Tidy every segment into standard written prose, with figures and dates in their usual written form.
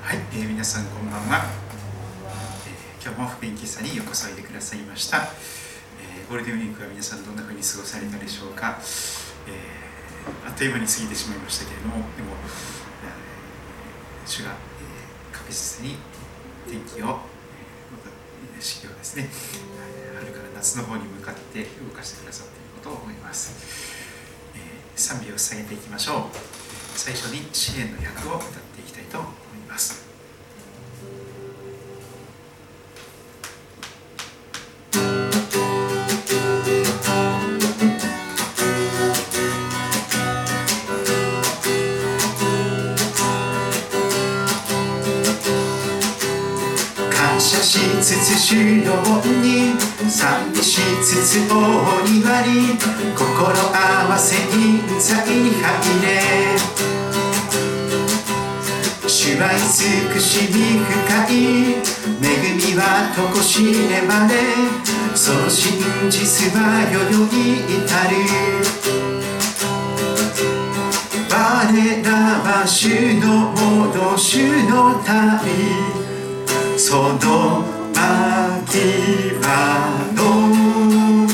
はい、皆さんこんばんは。今日も福音喫茶にようこそおいでくださいました。ゴールデンウィークは皆さんどんな風に過ごされたでしょうか。あっという間に過ぎてしまいましたけれども、でも、主が、確実に天気を、四季をですね、春から夏の方に向かって動かしてくださっていることを思います。賛美を捧げていきましょう。最初に詩篇の訳を歌っていきたいと思います。感謝しつつ主の恩に賛美しつつ大庭に心合わせに座に入れ、主は慈しみ深い、恵みはとこしれまで、その真実は世々に至る。我らは主のもの、主の民、その牧場の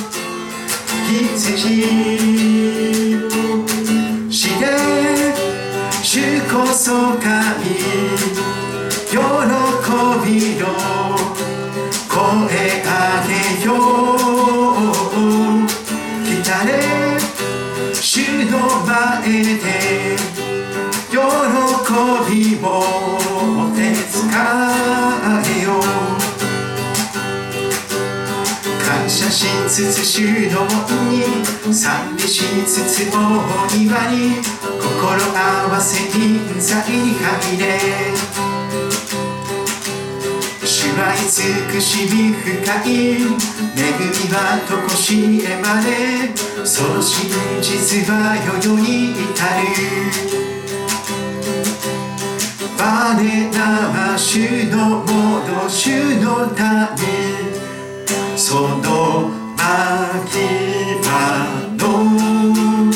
羊、知れ主こそ神、喜びの声あげよう。来たれ主の前で喜びを手つかえよう。感謝しつつ主の恩に賛美しつつ大庭に心合わせに座に入れ、主は慈しみ深い、恵みはとこしえまで、その真実は世々に至る。我らは主のもの、主の民、その牧場の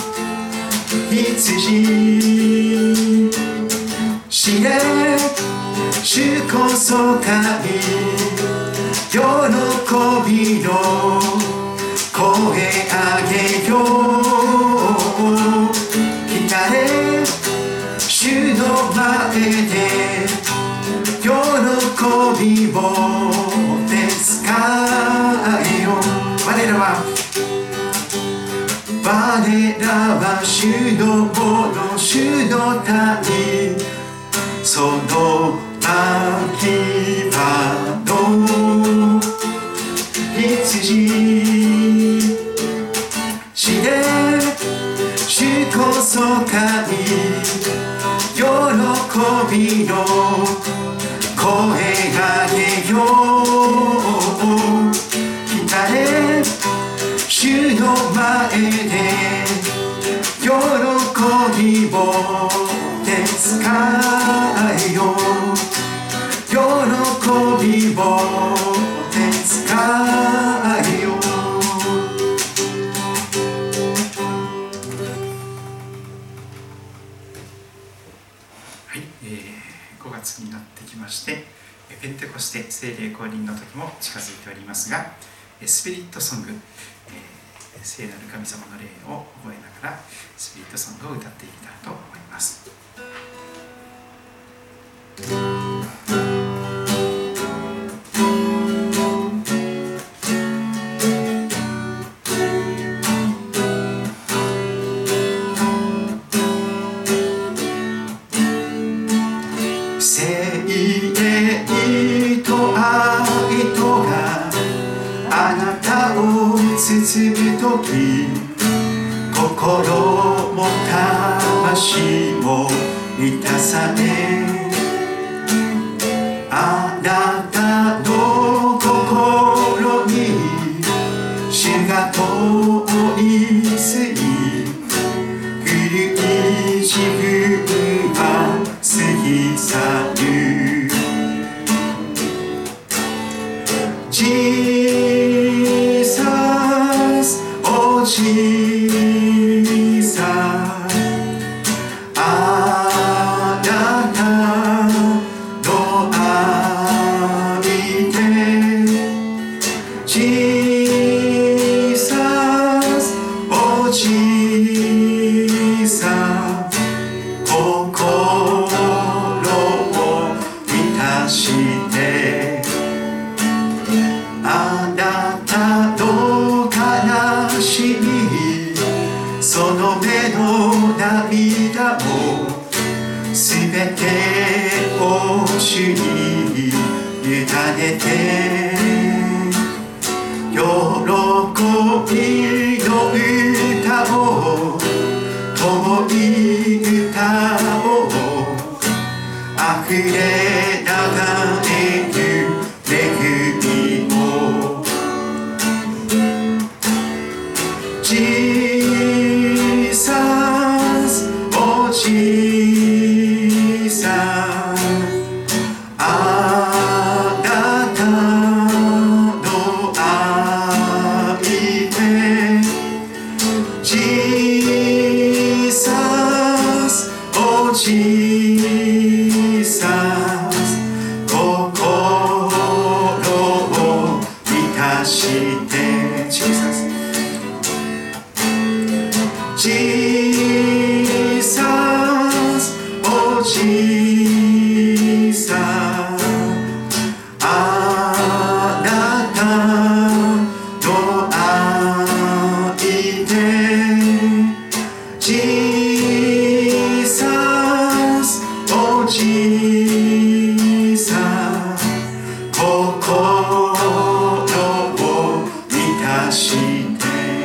羊、知れ主こそ神、喜びの声あげよう。来たれ主の前で喜びを手つかえよう。我らは主のもの、主の民、その牧場の羊、知れ主こそ神、喜びの声あげよう。来たれ主の前で喜びを手つかえよう。喜びを手つかえよう。はい、5月になってきまして、ペンテコステ聖霊降臨の時も近づいておりますが、スピリットソング、聖なる神様の霊を覚えながらスピリットソングを歌っていきたいと思います。包むとき、心も魂も満たされ、あなたの心に主が通り過ぎ、古い自分は過ぎ去る。Jesus, あなたを主に委ねて喜びの歌を共に歌おう溢れ流れる恵みを Jesus, oh Jesus あなたの愛で Jesus, oh Jesus 心を満たして Jesus Jesus, oh Jesus あなたの愛で Jesus, oh Jesus 心を満たして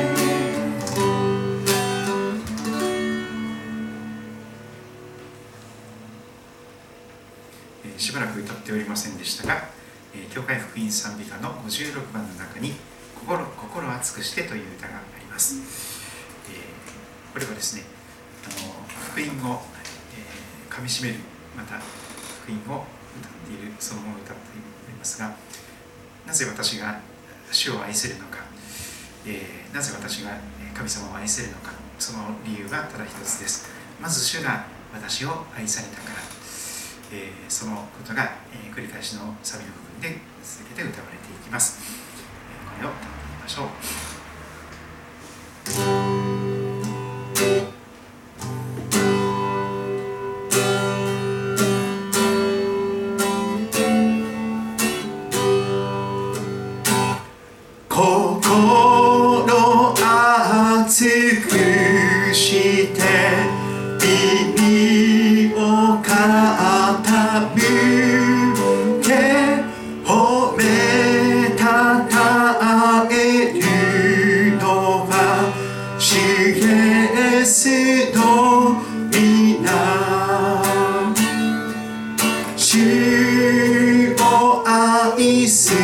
しばらく歌っておりませんでしたが、教会福音賛美歌の56番の中に心熱くしてという歌があります。これはですね、福音を、かみしめる、また福音を歌っているそのものを歌っておりますが、なぜ私が主を愛せるのか、なぜ私が神様を愛せるのか、その理由はただ一つです。まず主が私を愛されたから、そのことが、繰り返しのサビの部分で続けて歌われていきます。これを歌ってみましょう。心熱くして耳を傾け褒めたたえるのは主イエスの皆主を愛する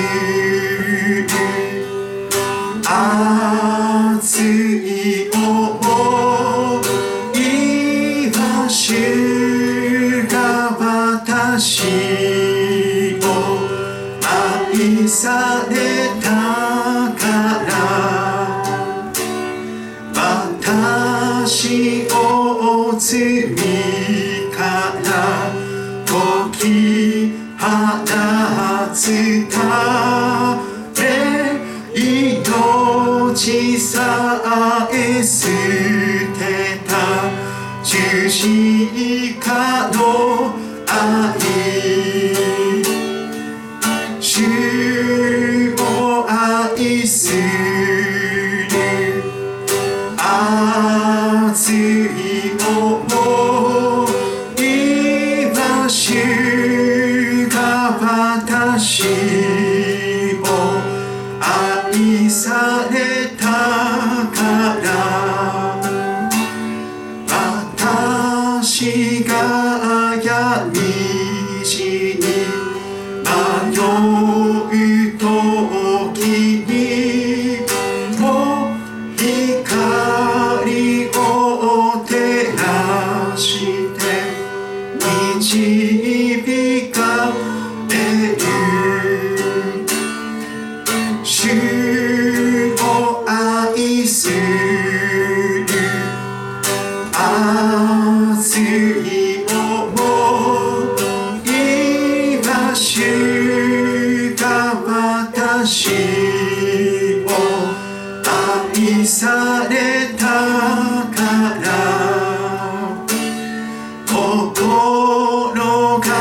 熱い想いは主が私を愛されたから私を罪から解き放つため命さえ捨てた十字架の愛主を愛する熱い想いは主が私を愛されたから私が闇路に迷う時にも光を照らして導かれる主を愛する熱い想いは主が私を愛されたから心が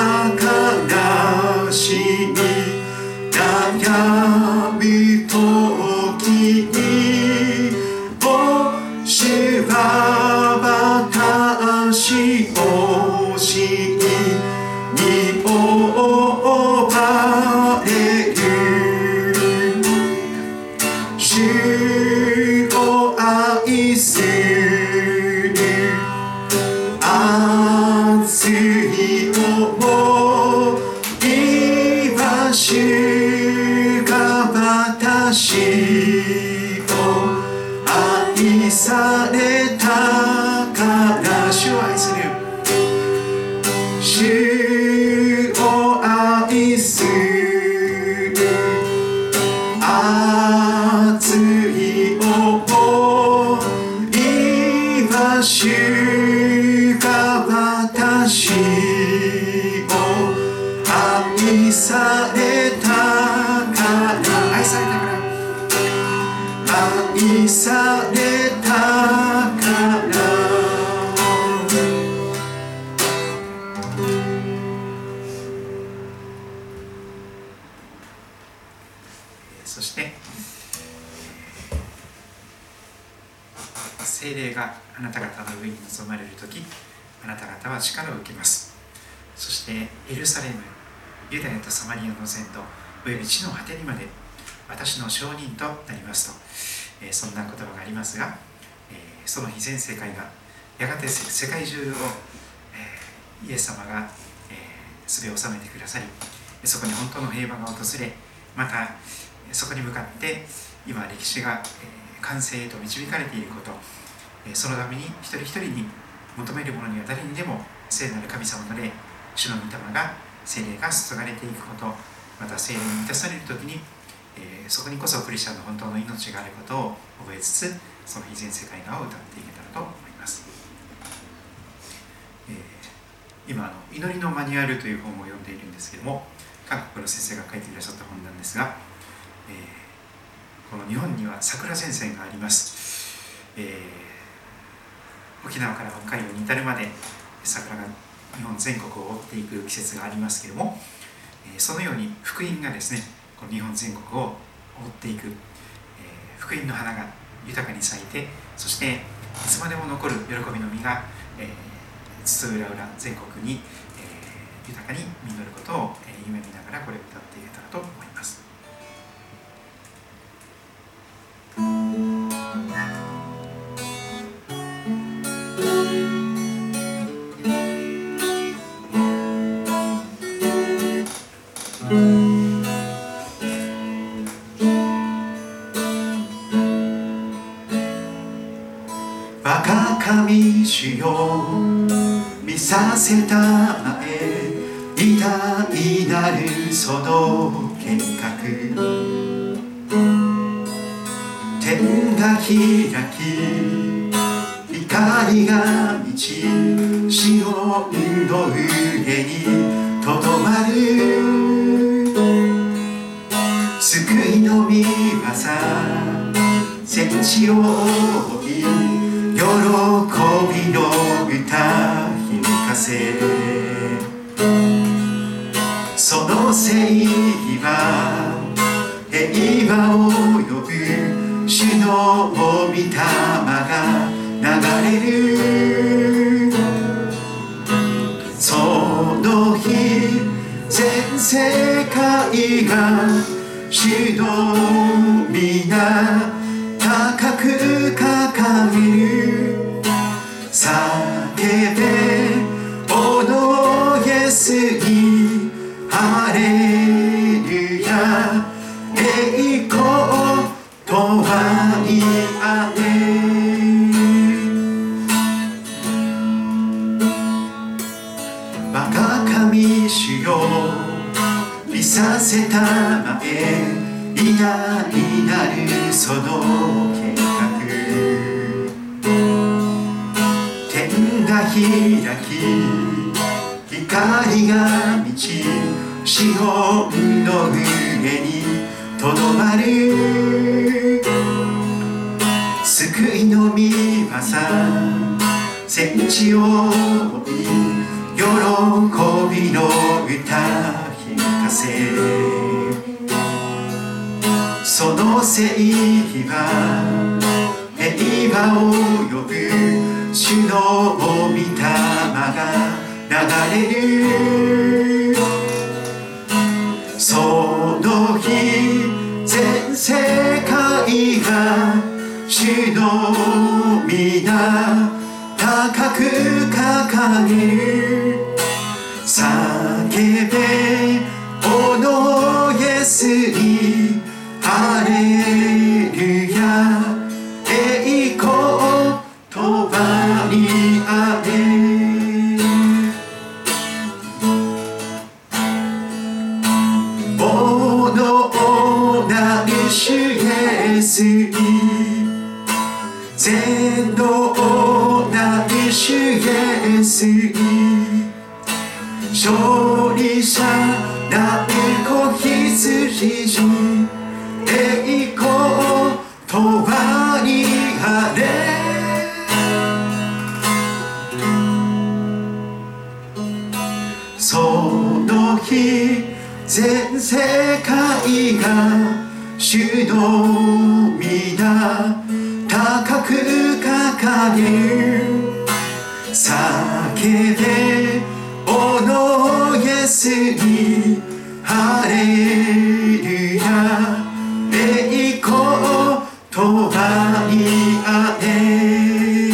悲しみ悩む時にも主は私を信じに覆われる。主を愛する熱い思いは主が私を愛されたから。主を愛する、主を愛する熱い想いは主が私を愛されたから。愛されたから、愛されたから。そして聖霊があなた方の上に臨まれるとき、あなた方は力を受けます。そしてエルサレム、ユダヤとサマリアの全土および地の果てにまで私の証人となりますと、そんな言葉がありますが、その日全世界がやがて世界中を、イエス様が、すべを治めてくださり、そこに本当の平和が訪れ、またそこに向かって今歴史が、完成へと導かれていること、そのために一人一人に求める者には誰にでも聖なる神様の霊、主の御霊が聖霊が注がれていくこと、また聖霊に満たされるときに、そこにこそクリスチャンの本当の命があることを覚えつつ、その非全世界側を歌っていけたらと思います。今祈りのマニュアルという本を読んでいるんですけれども、韓国の先生が書いていらっしゃった本なんですが、この日本には桜前線があります。沖縄から北海道に至るまで桜が日本全国を覆っていく季節がありますけれども、そのように福音がですね、この日本全国を覆っていく、福音の花が豊かに咲いて、そしていつまでも残る喜びの実が、津々浦々全国に、豊かに実ることを、夢見ながらこれを歌っていけたらと思います。我が神主よ、見させたまえ、偉大なるその計画。天が開き光が満ち、シオンの上にとどまる。救いの御業、戦地を追い、喜びの歌響かせ。その聖は平和を呼ぶ、主の御霊が流れる。その日全世界が主の皆高く掲げる。叫べおのイエスにハレルヤ、栄光とは言われ。我が神主よ、見させたまえ、偉大なるその計画。天が開き光が満ち、シオンの上にとどまる。救いの御業、戦地を追い、喜びの歌響かせ。その聖は平和を呼ぶ、主の御霊が流れる。その日全世界が主の皆高く掲げる。叫べおのイエスにハレルヤ。栄光とばにあれ。おのなる主イエスに、全能なる主イエスに、勝利者なる子羊に、栄光とばにあれ。その日全世界が主の皆高く掲げる。叫べおのイエスにハレルヤ。栄光とばにあれ。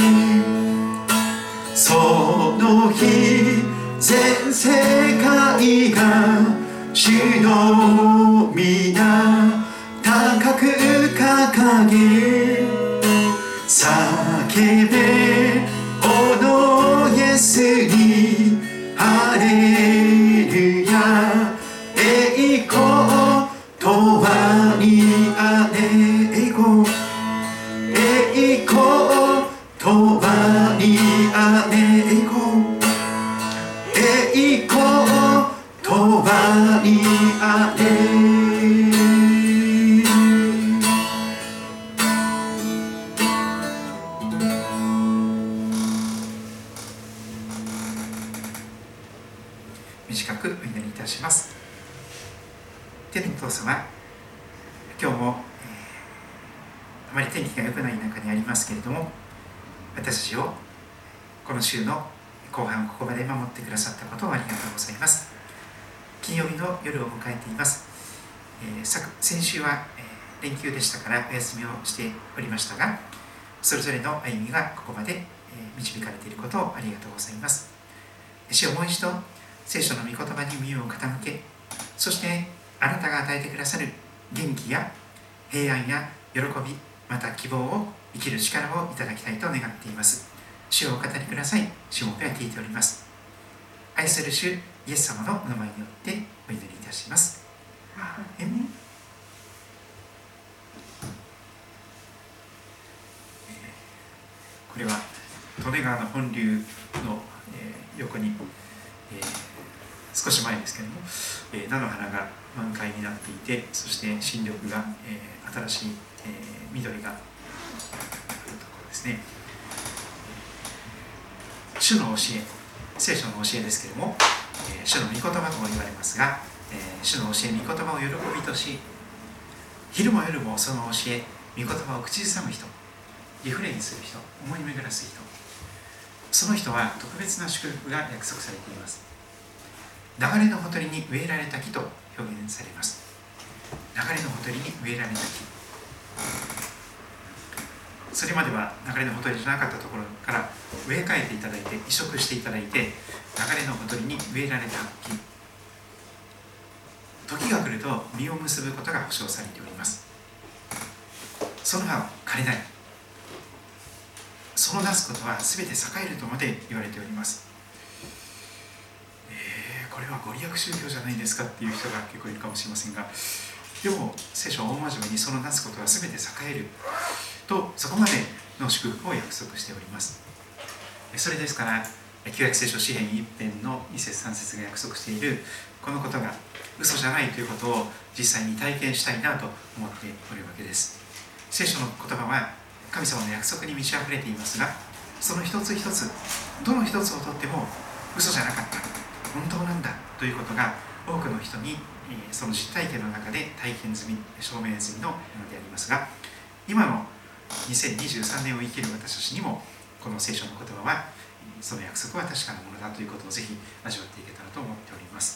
その日全世界が主の皆高く掲げる。叫べおのイエスにハレルヤ。栄光とばにあれ。栄光とばにあれ。栄光とばにあれ。短くお祈りいたします。天のお父様、今日も、あまり天気が良くない中にありますけれども、私たちをこの週の後半ここまで守ってくださったことをありがとうございます。金曜日の夜を迎えています。先週は、連休でしたからお休みをしておりましたが、それぞれの歩みがここまで、導かれていることをありがとうございます。主をもう一度聖書の御言葉に耳を傾け、そしてあなたが与えてくださる元気や平安や喜び、また希望を生きる力をいただきたいと願っています。主をお語りください。主も聞いております。愛する主イエス様のお名前によってお祈りいたします。これは利根川の本流の、横に、少し前ですけれども、菜の花が満開になっていて、そして新緑が、新しい、緑があるところですね。主の教え、聖書の教えですけれども、主の御言葉とも言われますが、主の教え、御言葉を喜びとし、昼も夜もその教え、御言葉を口ずさむ人、リフレインする人、思い巡らす人、その人は特別な祝福が約束されています。流れのほとりに植えられた木と表現されます。流れのほとりに植えられた木、それまでは流れのほとりじゃなかったところから植え替えていただいて、移植していただいて、流れのほとりに植えられた木、時が来ると実を結ぶことが保証されております。その葉を枯れない、その出すことは全て栄えるとまで言われております。これはご利益宗教じゃないですかっていう人が結構いるかもしれませんが、でも聖書は大真面目にその出すことは全て栄えると、そこまでの祝福を約束しております。それですから旧約聖書詩編一編の2節3節が約束しているこのことが嘘じゃないということを実際に体験したいなと思っておるわけです。聖書の言葉は神様の約束に満ち溢れていますが、その一つ一つ、どの一つをとっても嘘じゃなかった、本当なんだということが多くの人にその実体験の中で体験済み、証明済みのものでありますが、今の2023年を生きる私たちにもこの聖書の言葉はその約束は確かなものだということをぜひ味わっていけたらと思っております。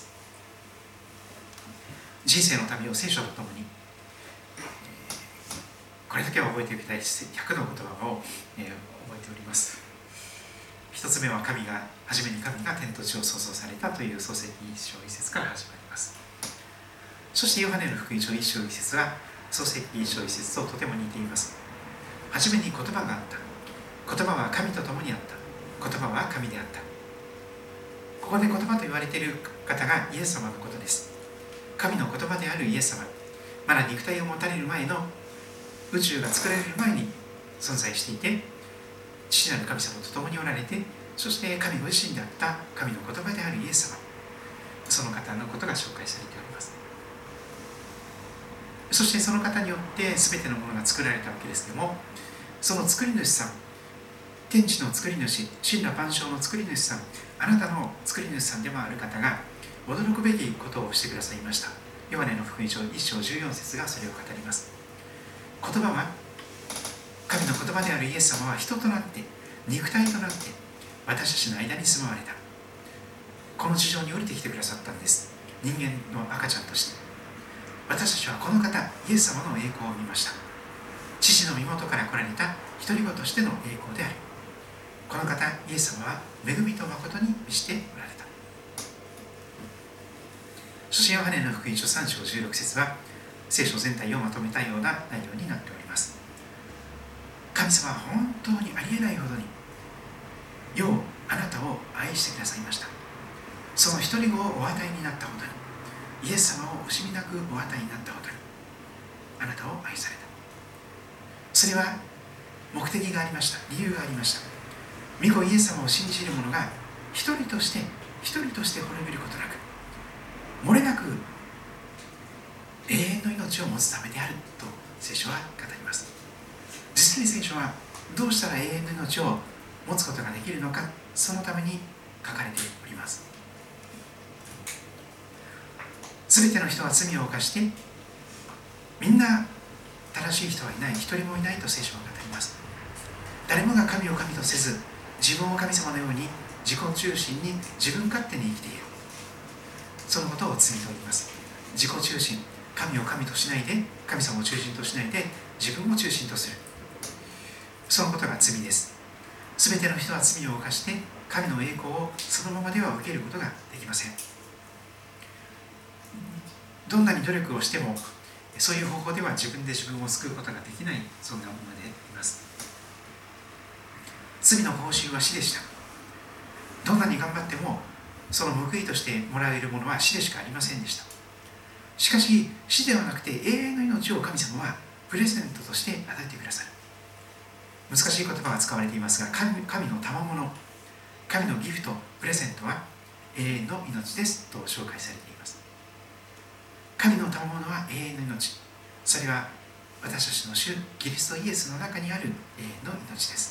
人生の旅を聖書とともに、これだけは覚えておきたい100の言葉を、覚えております。一つ目は初めに神が天と地を創造されたという創世記1章1節から始まります。そしてヨハネの福音書1章1節は創世記1章1節ととても似ています。初めに言葉があった。言葉は神と共にあった。言葉は神であった。ここで言葉と言われている方がイエス様のことです。神の言葉であるイエス様、まだ肉体を持たれる前の宇宙が作られる前に存在していて、父なる神様と共におられて、そして神ご自身であった神の言葉であるイエス様、その方のことが紹介されております。そしてその方によって全てのものが作られたわけですけれども、その作り主さん、天地の作り主、神羅万象の作り主さん、あなたの作り主さんでもある方が驚くべきことをしてくださいました。ヨハネの福音書1章14節がそれを語ります。言葉は、神の言葉であるイエス様は人となって肉体となって私たちの間に住まわれた。この地上に降りてきてくださったんです。人間の赤ちゃんとして。私たちはこの方イエス様の栄光を見ました。父の身元から来られた独り子としての栄光である。この方イエス様は恵みと誠に満ちておられた。そしてヨハネの福音書3章16節は聖書全体をまとめたような内容になっております。神様は本当にありえないほどに世をあなたを愛してくださいました。その一人子をお与えになったほどに、イエス様を惜しみなくお与えになったほどにあなたを愛された。それは目的がありました。理由がありました。御子イエス様を信じる者が一人として滅びることなく、漏れなく永遠の命を持つためであると聖書は語ります。実に聖書はどうしたら永遠の命を持つことができるのか、そのために書かれております。すべての人は罪を犯して、みんな正しい人はいない、一人もいないと聖書は語ります。誰もが神を神とせず、自分を神様のように自己中心に自分勝手に生きている。そのことを罪と言います。自己中心、神を神としないで、神様を中心としないで自分を中心とする、そのことが罪です。すべての人は罪を犯して神の栄光をそのままでは受けることができません。どんなに努力をしてもそういう方法では自分で自分を救うことができない、そんなものでいます。罪の報酬は死でした。どんなに頑張ってもその報いとしてもらえるものは死でしかありませんでした。しかし死ではなくて永遠の命を神様はプレゼントとして与えてくださる。難しい言葉が使われていますが、神の賜物、神のギフト、プレゼントは永遠の命ですと紹介されています。神の賜物は永遠の命、それは私たちの主キリストイエスの中にある永遠の命です。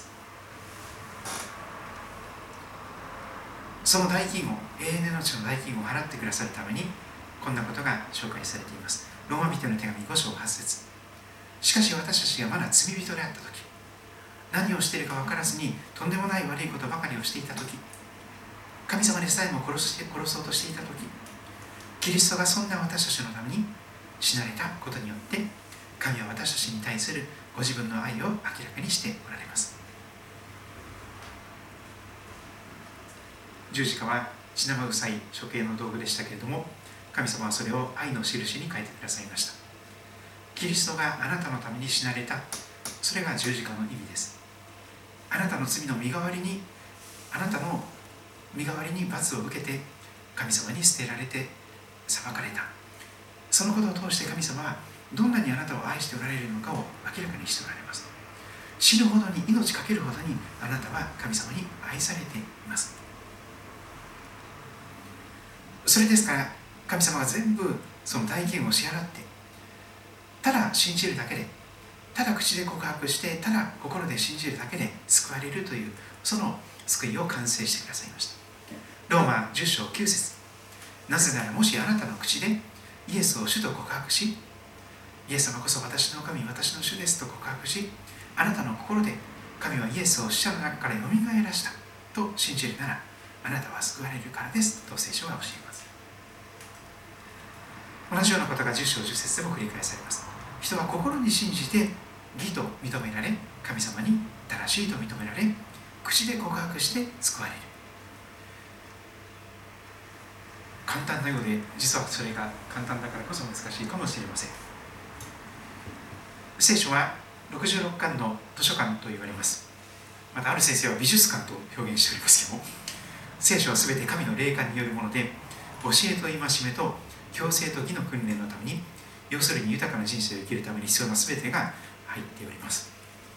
その代金を、永遠の命の代金を払ってくださるためにこんなことが紹介されています。ローマ人の手紙5章8節。しかし私たちがまだ罪人であったとき、何をしているか分からずにとんでもない悪いことばかりをしていたとき、神様でさえも殺そうとしていたとき、キリストがそんな私たちのために死なれたことによって神は私たちに対するご自分の愛を明らかにしておられます。十字架は血生臭い処刑の道具でしたけれども、神様はそれを愛の印に変えてくださいました。キリストがあなたのために死なれた、それが十字架の意味です。あなたの罪の身代わりに、あなたの身代わりに罰を受けて神様に捨てられて裁かれた。そのことを通して神様はどんなにあなたを愛しておられるのかを明らかにしておられます。死ぬほどに、命かけるほどにあなたは神様に愛されています。それですから神様が全部その代金を支払って、ただ信じるだけで、ただ口で告白して、ただ心で信じるだけで救われるという、その救いを完成してくださいました。ローマ10章9節。なぜならもしあなたの口でイエスを主と告白し、イエス様こそ私の神、私の主ですと告白し、あなたの心で神はイエスを死者の中からよみがえらした、 と信じるならあなたは救われるからですと聖書は教えます。同じようなことが10章10節でも繰り返されます。人は心に信じて義と認められ、神様に正しいと認められ、口で告白して救われる。簡単なようで、実はそれが簡単だからこそ難しいかもしれません。聖書は66巻の図書館と言われます。またある先生は美術館と表現しておりますけども、聖書は全て神の霊感によるもので、教えと戒めと強制と義の訓練のために、要するに豊かな人生を生きるために必要な全てが入っております。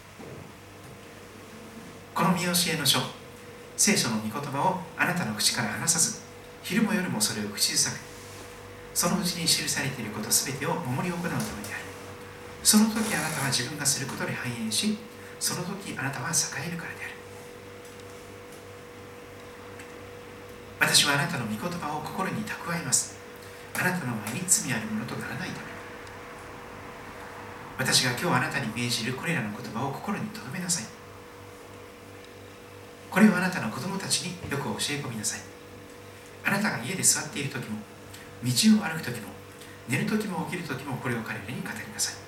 この見教えの書、聖書の御言葉をあなたの口から離さず、昼も夜もそれを口ずさめ、そのうちに記されていること全てを守り行うためである。その時あなたは自分がすることで繁栄し、その時あなたは栄えるからである。私はあなたの御言葉を心に蓄えます。あなたの前に罪あるものとならないため。私が今日あなたに命じるこれらの言葉を心に留めなさい。これをあなたの子供たちによく教え込みなさい。あなたが家で座っている時も、道を歩く時も、寝る時も起きる時もこれを彼らに語りなさい。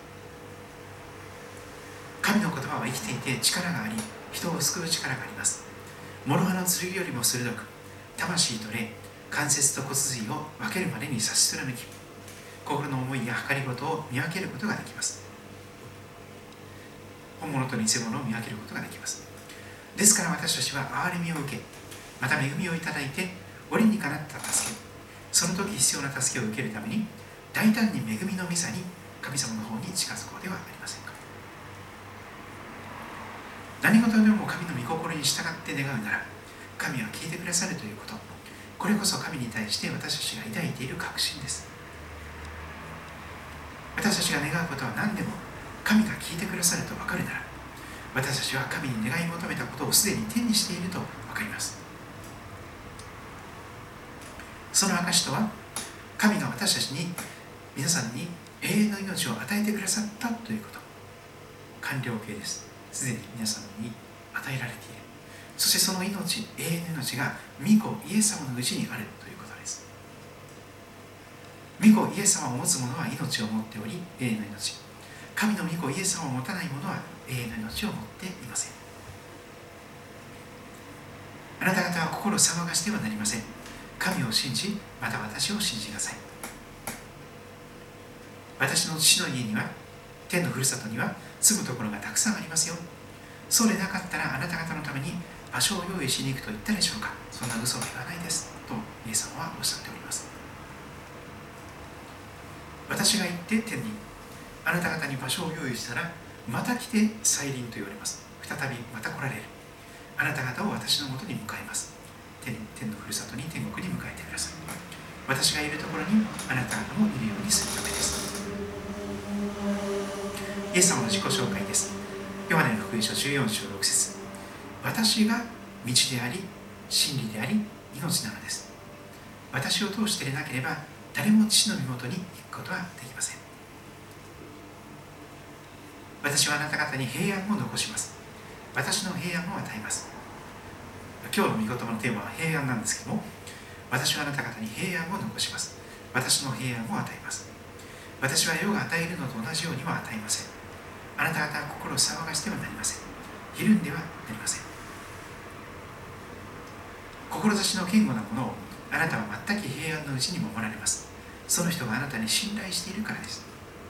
神の言葉は生きていて力があり、人を救う力があります。諸刃の剣よりも鋭く、魂と霊、関節と骨髄を分けるまでに差し貫き、心の思いや計りごとを見分けることができます。本物と偽物を見分けることができます。ですから私たちは憐れみを受け、また恵みをいただいて、折にかなった助け、その時必要な助けを受けるために、大胆に恵みの御座に神様の方に近づこうではありませんか。何事でも神の御心に従って願うなら、神は聞いてくださるということ、これこそ神に対して私たちが抱いている確信です。私たちが願うことは何でも神が聞いてくださると分かるなら、私たちは神に願い求めたことをすでに手にしていると分かります。その証とは、神が私たちに、皆さんに永遠の命を与えてくださったということ。完了形です。すでに皆さんに与えられている。そしてその命、永遠の命が御子イエス様のうちにあるということです。御子イエス様を持つ者は命を持っており、永遠の命。神の御子イエス様を持たない者は永遠の命を持っていません。あなた方は心を騒がしてはなりません。神を信じ、また私を信じなさい。私の父の家には、天のふるさとには住むところがたくさんありますよ。そうでなかったらあなた方のために場所を用意しに行くと言ったでしょうか。そんな嘘は言わないです。とイエス様はおっしゃっております。私が行って天に、あなた方に場所を用意したら、また来て再臨と言われます。再びまた来られる。あなた方を私のもとに迎えます。天のふるさとに、天国に迎えてください。私がいるところにあなた方もいるようにするためです。イエス様の自己紹介です。ヨハネの福音書14章6節、私が道であり、真理であり、命なのです。私を通してでなければ、誰も父の身元に行くことはできません。私はあなた方に平安を残します。私の平安を与えます。今日の御言葉のテーマは平安なんですけども、私はあなた方に平安を残します。私の平安を与えます。私は世が与えるのと同じようには与えません。あなた方は心を騒がしてはなりません。ひるんではなりません。志の堅固なものをあなたは全く平安のうちに守られます。その人があなたに信頼しているからです。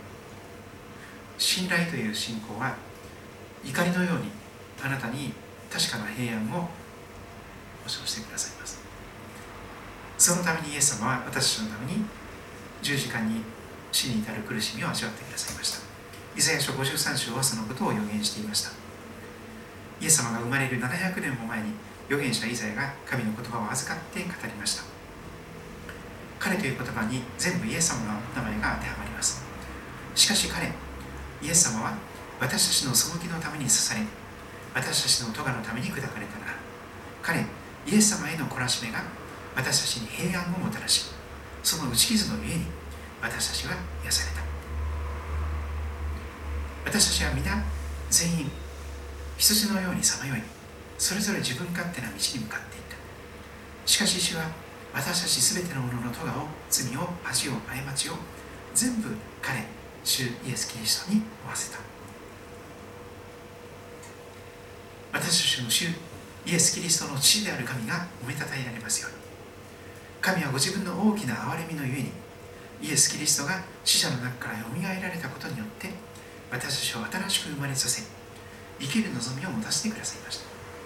信頼という信仰は、怒りのようにあなたに確かな平安を保証してくださいます。そのためにイエス様は私たちのために十字架に死に至る苦しみを味わってくださいました。イザヤ書53章はそのことを予言していました。イエス様が生まれる700年も前に預言者イザヤが神の言葉を預かって語りました。彼という言葉に全部イエス様の名前が当てはまります。しかし彼、イエス様は私たちの背きのために刺され、私たちの咎のために砕かれたのだ。彼、イエス様への懲らしめが私たちに平安をもたらし、その打ち傷のゆえに私たちは癒された。私たちは皆全員羊のようにさまよい、 それぞれ自分勝手な道に向かっていった。しかし主は私たちすべての者の咎を、罪を、恥を、過ちを全部彼、主イエス・キリストに負わせた。私たちの主イエス・キリストの父である神が褒めたたえられますように。神はご自分の大きな憐れみのゆえに、イエス・キリストが死者の中からよみがえられたことによって私たちを新しく生まれさせ、生きる望みを持たせてくださいました。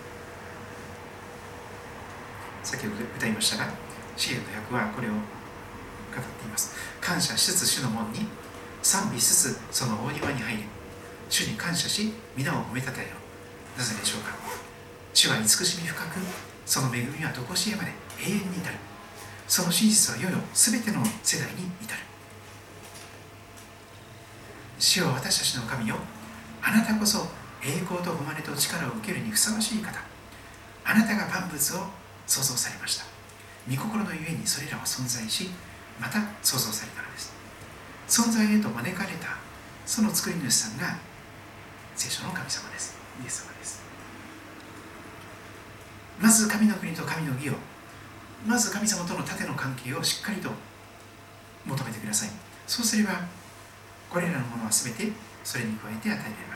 先ほど歌いましたが、詩篇の訳はこれを語っています。感謝しつつ主の門に、賛美しつつその大庭に入り、主に感謝し皆を褒めたたえよ。なぜでしょうか。主は慈しみ深く、その恵みは常しえまで永遠に至る。その真実は世々すべての世代に至る。主は私たちの神よ、あなたこそ栄光と誉れと力を受けるにふさわしい方。あなたが万物を創造されました。御心のゆえにそれらは存在し、また創造されたのです。存在へと招かれたその作り主さんが聖書の神様です。イエス様です。まず神の国と神の義を、まず神様との縦の関係をしっかりと求めてください。そうすればこれらのものは全てそれに加えて与えられます。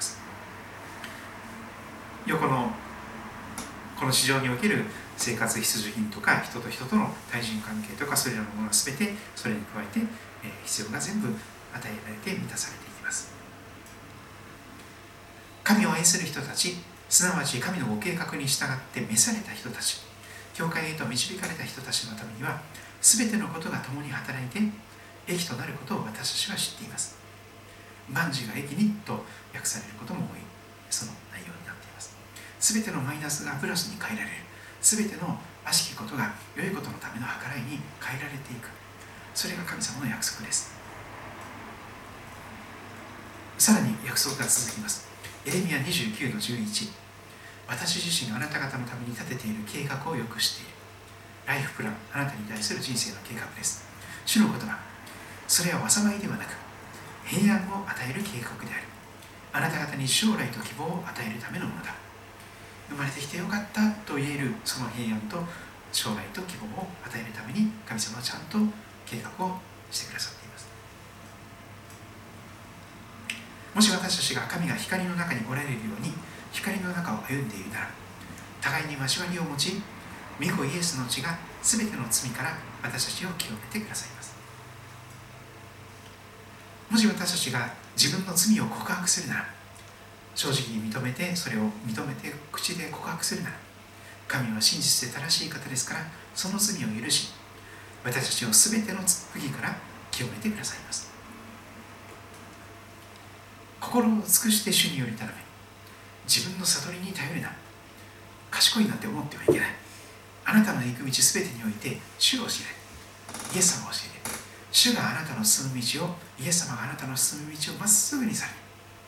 この市場における生活必需品とか人と人との対人関係とか、それらのものは全てそれに加えて必要が全部与えられて満たされていきます。神を愛する人たち、すなわち神のご計画に従って召された人たち、教会へと導かれた人たちのためには、全てのことが共に働いて益となることを私たちは知っています。万事が益にと訳されることも多い、その内容になっています。全てのマイナスがプラスに変えられる、全ての悪しきことが良いことのための計らいに変えられていく、それが神様の約束です。さらに約束が続きます。エレミヤ29の11、私自身があなた方のために立てている計画をよく知っている。ライフプラン、あなたに対する人生の計画です。主の言葉、それは災いではなく平安を与える計画である。あなた方に将来と希望を与えるためのものだ。生まれてきてよかったと言えるその平安と将来と希望を与えるために、神様はちゃんと計画をしてくださっています。もし私たちが神が光の中におられるように光の中を歩んでいるなら、互いに交わりを持ち、御子イエスの血が全ての罪から私たちを清めてくださいます。もし私たちが自分の罪を告白するなら、正直に認めて、それを認めて口で告白するなら、神は真実で正しい方ですから、その罪を許し、私たちを全ての不義から清めてくださいます。心を尽くして主により頼め、自分の悟りに頼るな。賢いなんて思ってはいけない。あなたの行く道すべてにおいて主を教え、イエス様を教えて、主があなたの進む道を、イエス様があなたの進む道をまっすぐにされる。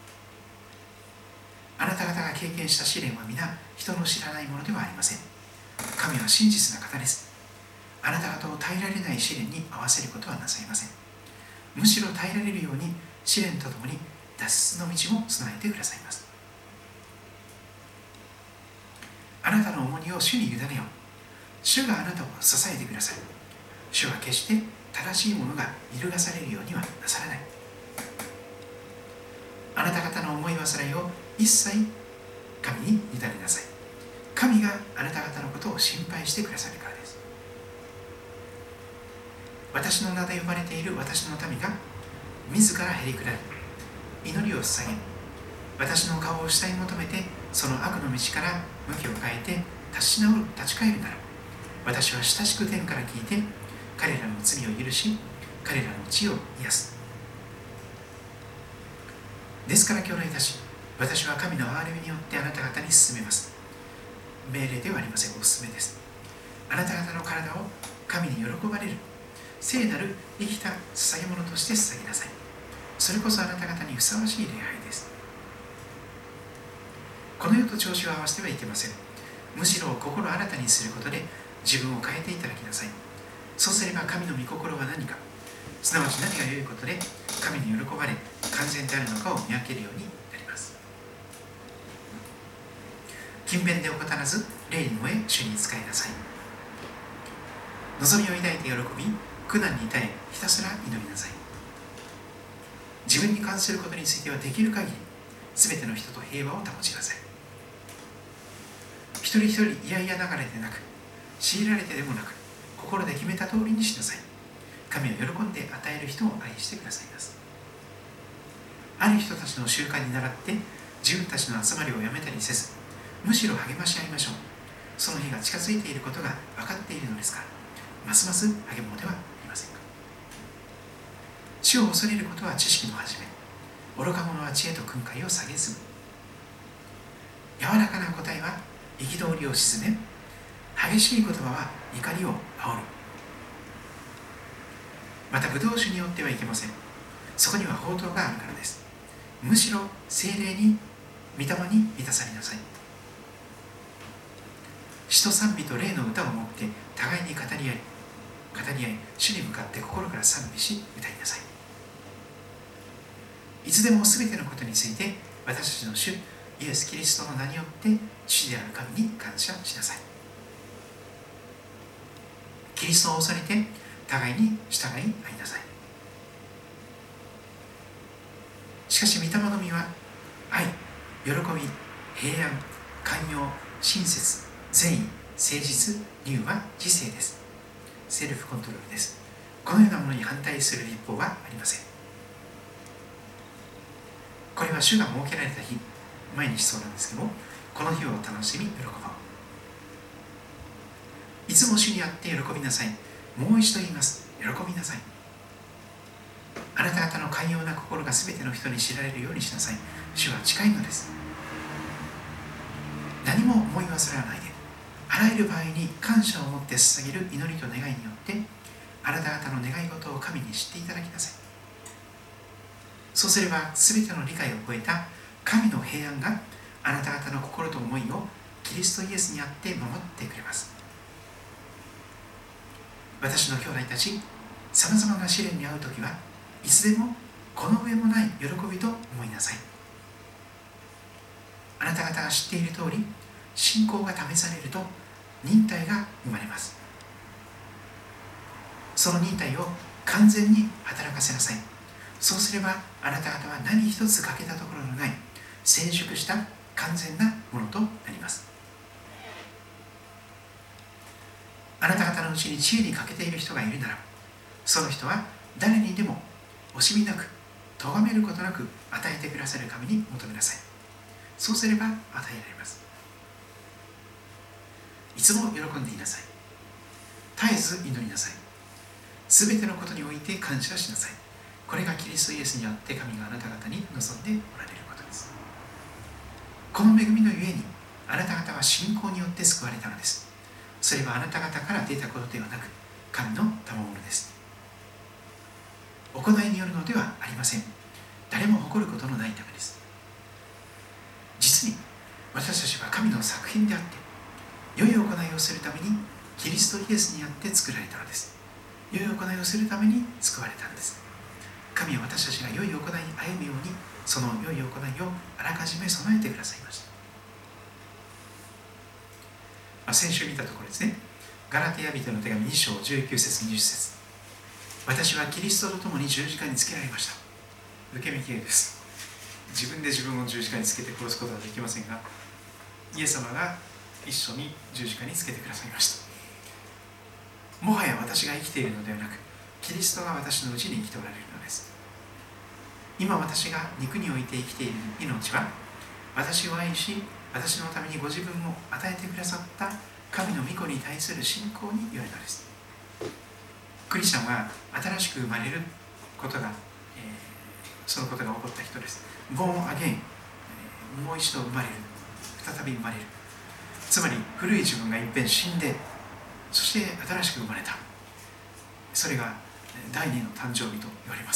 あなた方が経験した試練は皆人の知らないものではありません。神は真実な方です。あなた方を耐えられない試練に合わせることはなさいません。むしろ耐えられるように試練とともに脱出の道も備えてくださいます。あなたの重荷を主に委ねよう。主があなたを支えてください。主は決して正しいものが揺るがされるようにはなさらない。あなた方の思い煩いを一切神に委ねなさい。神があなた方のことを心配してくださるからです。私の名で呼ばれている私の民が自らへりくだり祈りを捧げ、私の顔を下に求めてその悪の道から向きを変えて立ち返るなら、私は親しく天から聞いて彼らの罪を許し、彼らの血を癒す。ですから兄弟たち、私は神の憐れみによってあなた方に進めます。命令ではありません、お勧めです。あなた方の体を神に喜ばれる聖なる生きた捧げ物として捧げなさい。それこそあなた方にふさわしい礼拝です。この世と調子を合わせてはいけません。むしろ心を新たにすることで自分を変えていただきなさい。そうすれば神の御心は何か、すなわち何が良いことで神に喜ばれ完全であるのかを見分けるようになります。 勤勉で怠らず霊に燃え主に仕えなさい。望みを抱いて喜び苦難に耐えひたすら祈りなさい。自分に関することについてはできる限り全ての人と平和を保ちなさい。一人一人嫌々ながらでなく強いられてでもなく心で決めた通りにしなさい。神は喜んで与える人を愛してくださいます。ある人たちの習慣に倣って自分たちの集まりをやめたりせず、むしろ励まし合いましょう。その日が近づいていることが分かっているのですから、ますます励もうではありませんか。主を恐れることは知識の始め、愚か者は知恵と訓戒を蔑む。柔らかな答えは憤りを鎮め、激しい言葉は怒りを煽る。またブドウ酒によってはいけません。そこには法灯があるからです。むしろ聖霊に御霊に満たされなさい。詩と賛美と霊の歌をもって互いに語り合い主に向かって心から賛美し歌いなさい。いつでも全てのことについて私たちの主イエス・キリストの名によって父である神に感謝しなさい。キリストを恐れて互いに従い合いなさい。しかし御霊の実は愛、喜び、平安、寛容、親切、善意、誠実、乳は自制です。セルフコントロールです。このようなものに反対する立法はありません。これは主が設けられた日、毎日そうなんですけども、この日を楽しみ喜ぼう。いつも主にあって喜びなさい。もう一度言います。喜びなさい。あなた方の寛容な心が全ての人に知られるようにしなさい。主は近いのです。何も思い煩わないで、あらゆる場合に感謝を持って捧げる祈りと願いによってあなた方の願い事を神に知っていただきなさい。そうすれば全ての理解を超えた神の平安があなた方の心と思いをキリストイエスにあって守ってくれます。私の兄弟たち、さまざまな試練に遭うときはいつでもこの上もない喜びと思いなさい。あなた方が知っている通り、信仰が試されると忍耐が生まれます。その忍耐を完全に働かせなさい。そうすればあなた方は何一つ欠けたところのない成熟した完全なものとなります。あなた方のうちに知恵に欠けている人がいるなら、その人は誰にでも惜しみなく咎めることなく与えてくださる神に求めなさい。そうすれば与えられます。いつも喜んでいなさい。絶えず祈りなさい。すべてのことにおいて感謝しなさい。これがキリストイエスにあって神があなた方に望んでおられることです。この恵みのゆえにあなた方は信仰によって救われたのです。それはあなた方から出たことではなく神の賜物です。行いによるのではありません。誰も誇ることのないためです。実に私たちは神の作品であって、良い行いをするためにキリストイエスにあって作られたのです。良い行いをするために救われたんです。神は私たちが良い行いに歩むように、その良い行いをあらかじめ備えてくださいました。先週見たところですね、ガラテヤ人の手紙2章19節20節、私はキリストと共に十字架につけられました。受け身系です。自分で自分を十字架につけて殺すことはできませんが、イエス様が一緒に十字架につけてくださいました。もはや私が生きているのではなく、キリストが私のうちに生きておられるのです。今私が肉において生きている命は、私を愛し私のためにご自分を与えてくださった神の御子に対する信仰によるのです。クリスチャンは新しく生まれることが、そのことが起こった人です。Born again、もう一度生まれる、再び生まれる。つまり古い自分が一遍死んで、そして新しく生まれた。それが第二の誕生日と言われます。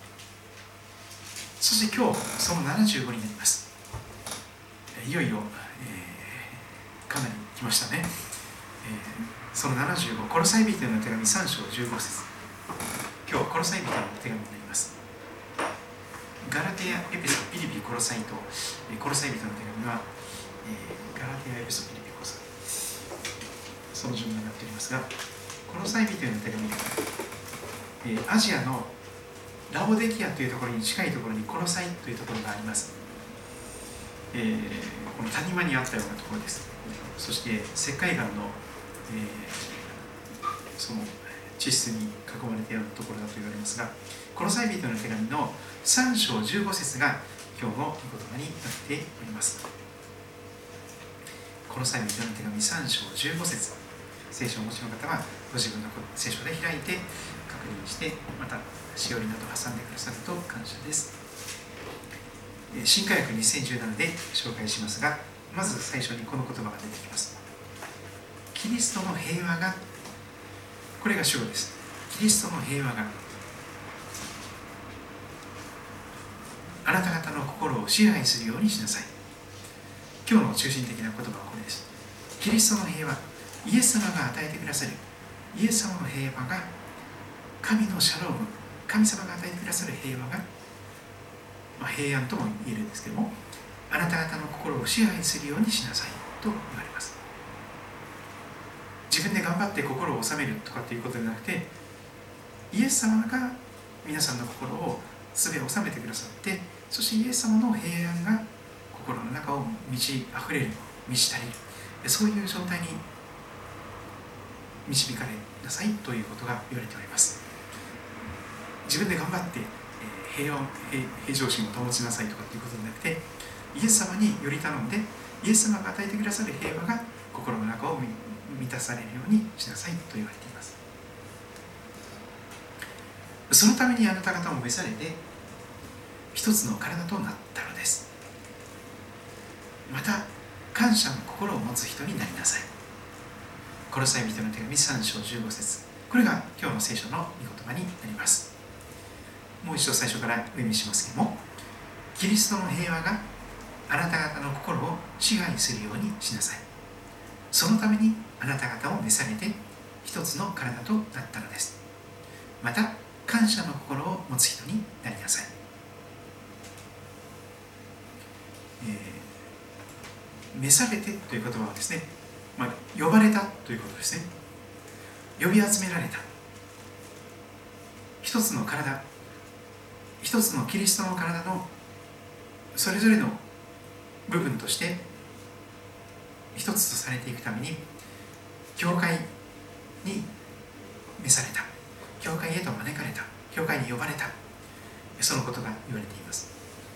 そして今日その75になります。いよいよ、かなり来ましたね。その75、コロサイ人への手紙3章15節、今日はコロサイ人への手紙になります。ガラテヤ、エペソ、ピリピ、コロサイとコロサイ人の手紙はガラテヤ、エペソ、フィリピ、コロサイ、その順番になっておりますが、コロサイ人への手紙、アジアのラオデキアというところに近いところにコロサイというところがあります。この谷間にあったようなところです。そして石灰岩の、その地質に囲まれたようなところだと言われますが、コロサイ人の手紙の3章15節が今日の御言葉になっております。コロサイ人の手紙3章15節、聖書をお持ちの方はご自分の聖書で開いて確認して、またしおりなど挟んでくださると感謝です。新科学2017で紹介しますが、まず最初にこの言葉が出てきます。キリストの平和が、これが主語です。キリストの平和があなた方の心を支配するようにしなさい。今日の中心的な言葉はこれです。キリストの平和、イエス様が与えてくださるイエス様の平和が、神のシャローム、神様が与えてくださる平和が、平安とも言えるんですけども、あなた方の心を支配するようにしなさいと言われます。自分で頑張って心を収めるとかっていうことではなくて、イエス様が皆さんの心をすべて収めてくださって、そしてイエス様の平安が心の中を満ち溢れる、満ち足りる、そういう状態に導かれなさいということが言われております。自分で頑張って平常心を保ちなさいとかっていうことではなくて、イエス様により頼んで、イエス様が与えてくださる平和が心の中を満たされるようにしなさいと言われています。そのためにあなた方も召されて一つの体となったのです。また感謝の心を持つ人になりなさい。コロサイ人の手紙3章15節、これが今日の聖書の御言葉になります。もう一度最初からお読みしますけども、キリストの平和があなた方の心を支配するようにしなさい。そのためにあなた方を召されて一つの体となったのです。また感謝の心を持つ人になりなさい。召されてという言葉はですね、呼ばれたということですね。呼び集められた一つの体、一つのキリストの体のそれぞれの部分として一つとされていくために、教会に召された、教会へと招かれた、教会に呼ばれた、そのことが言われています。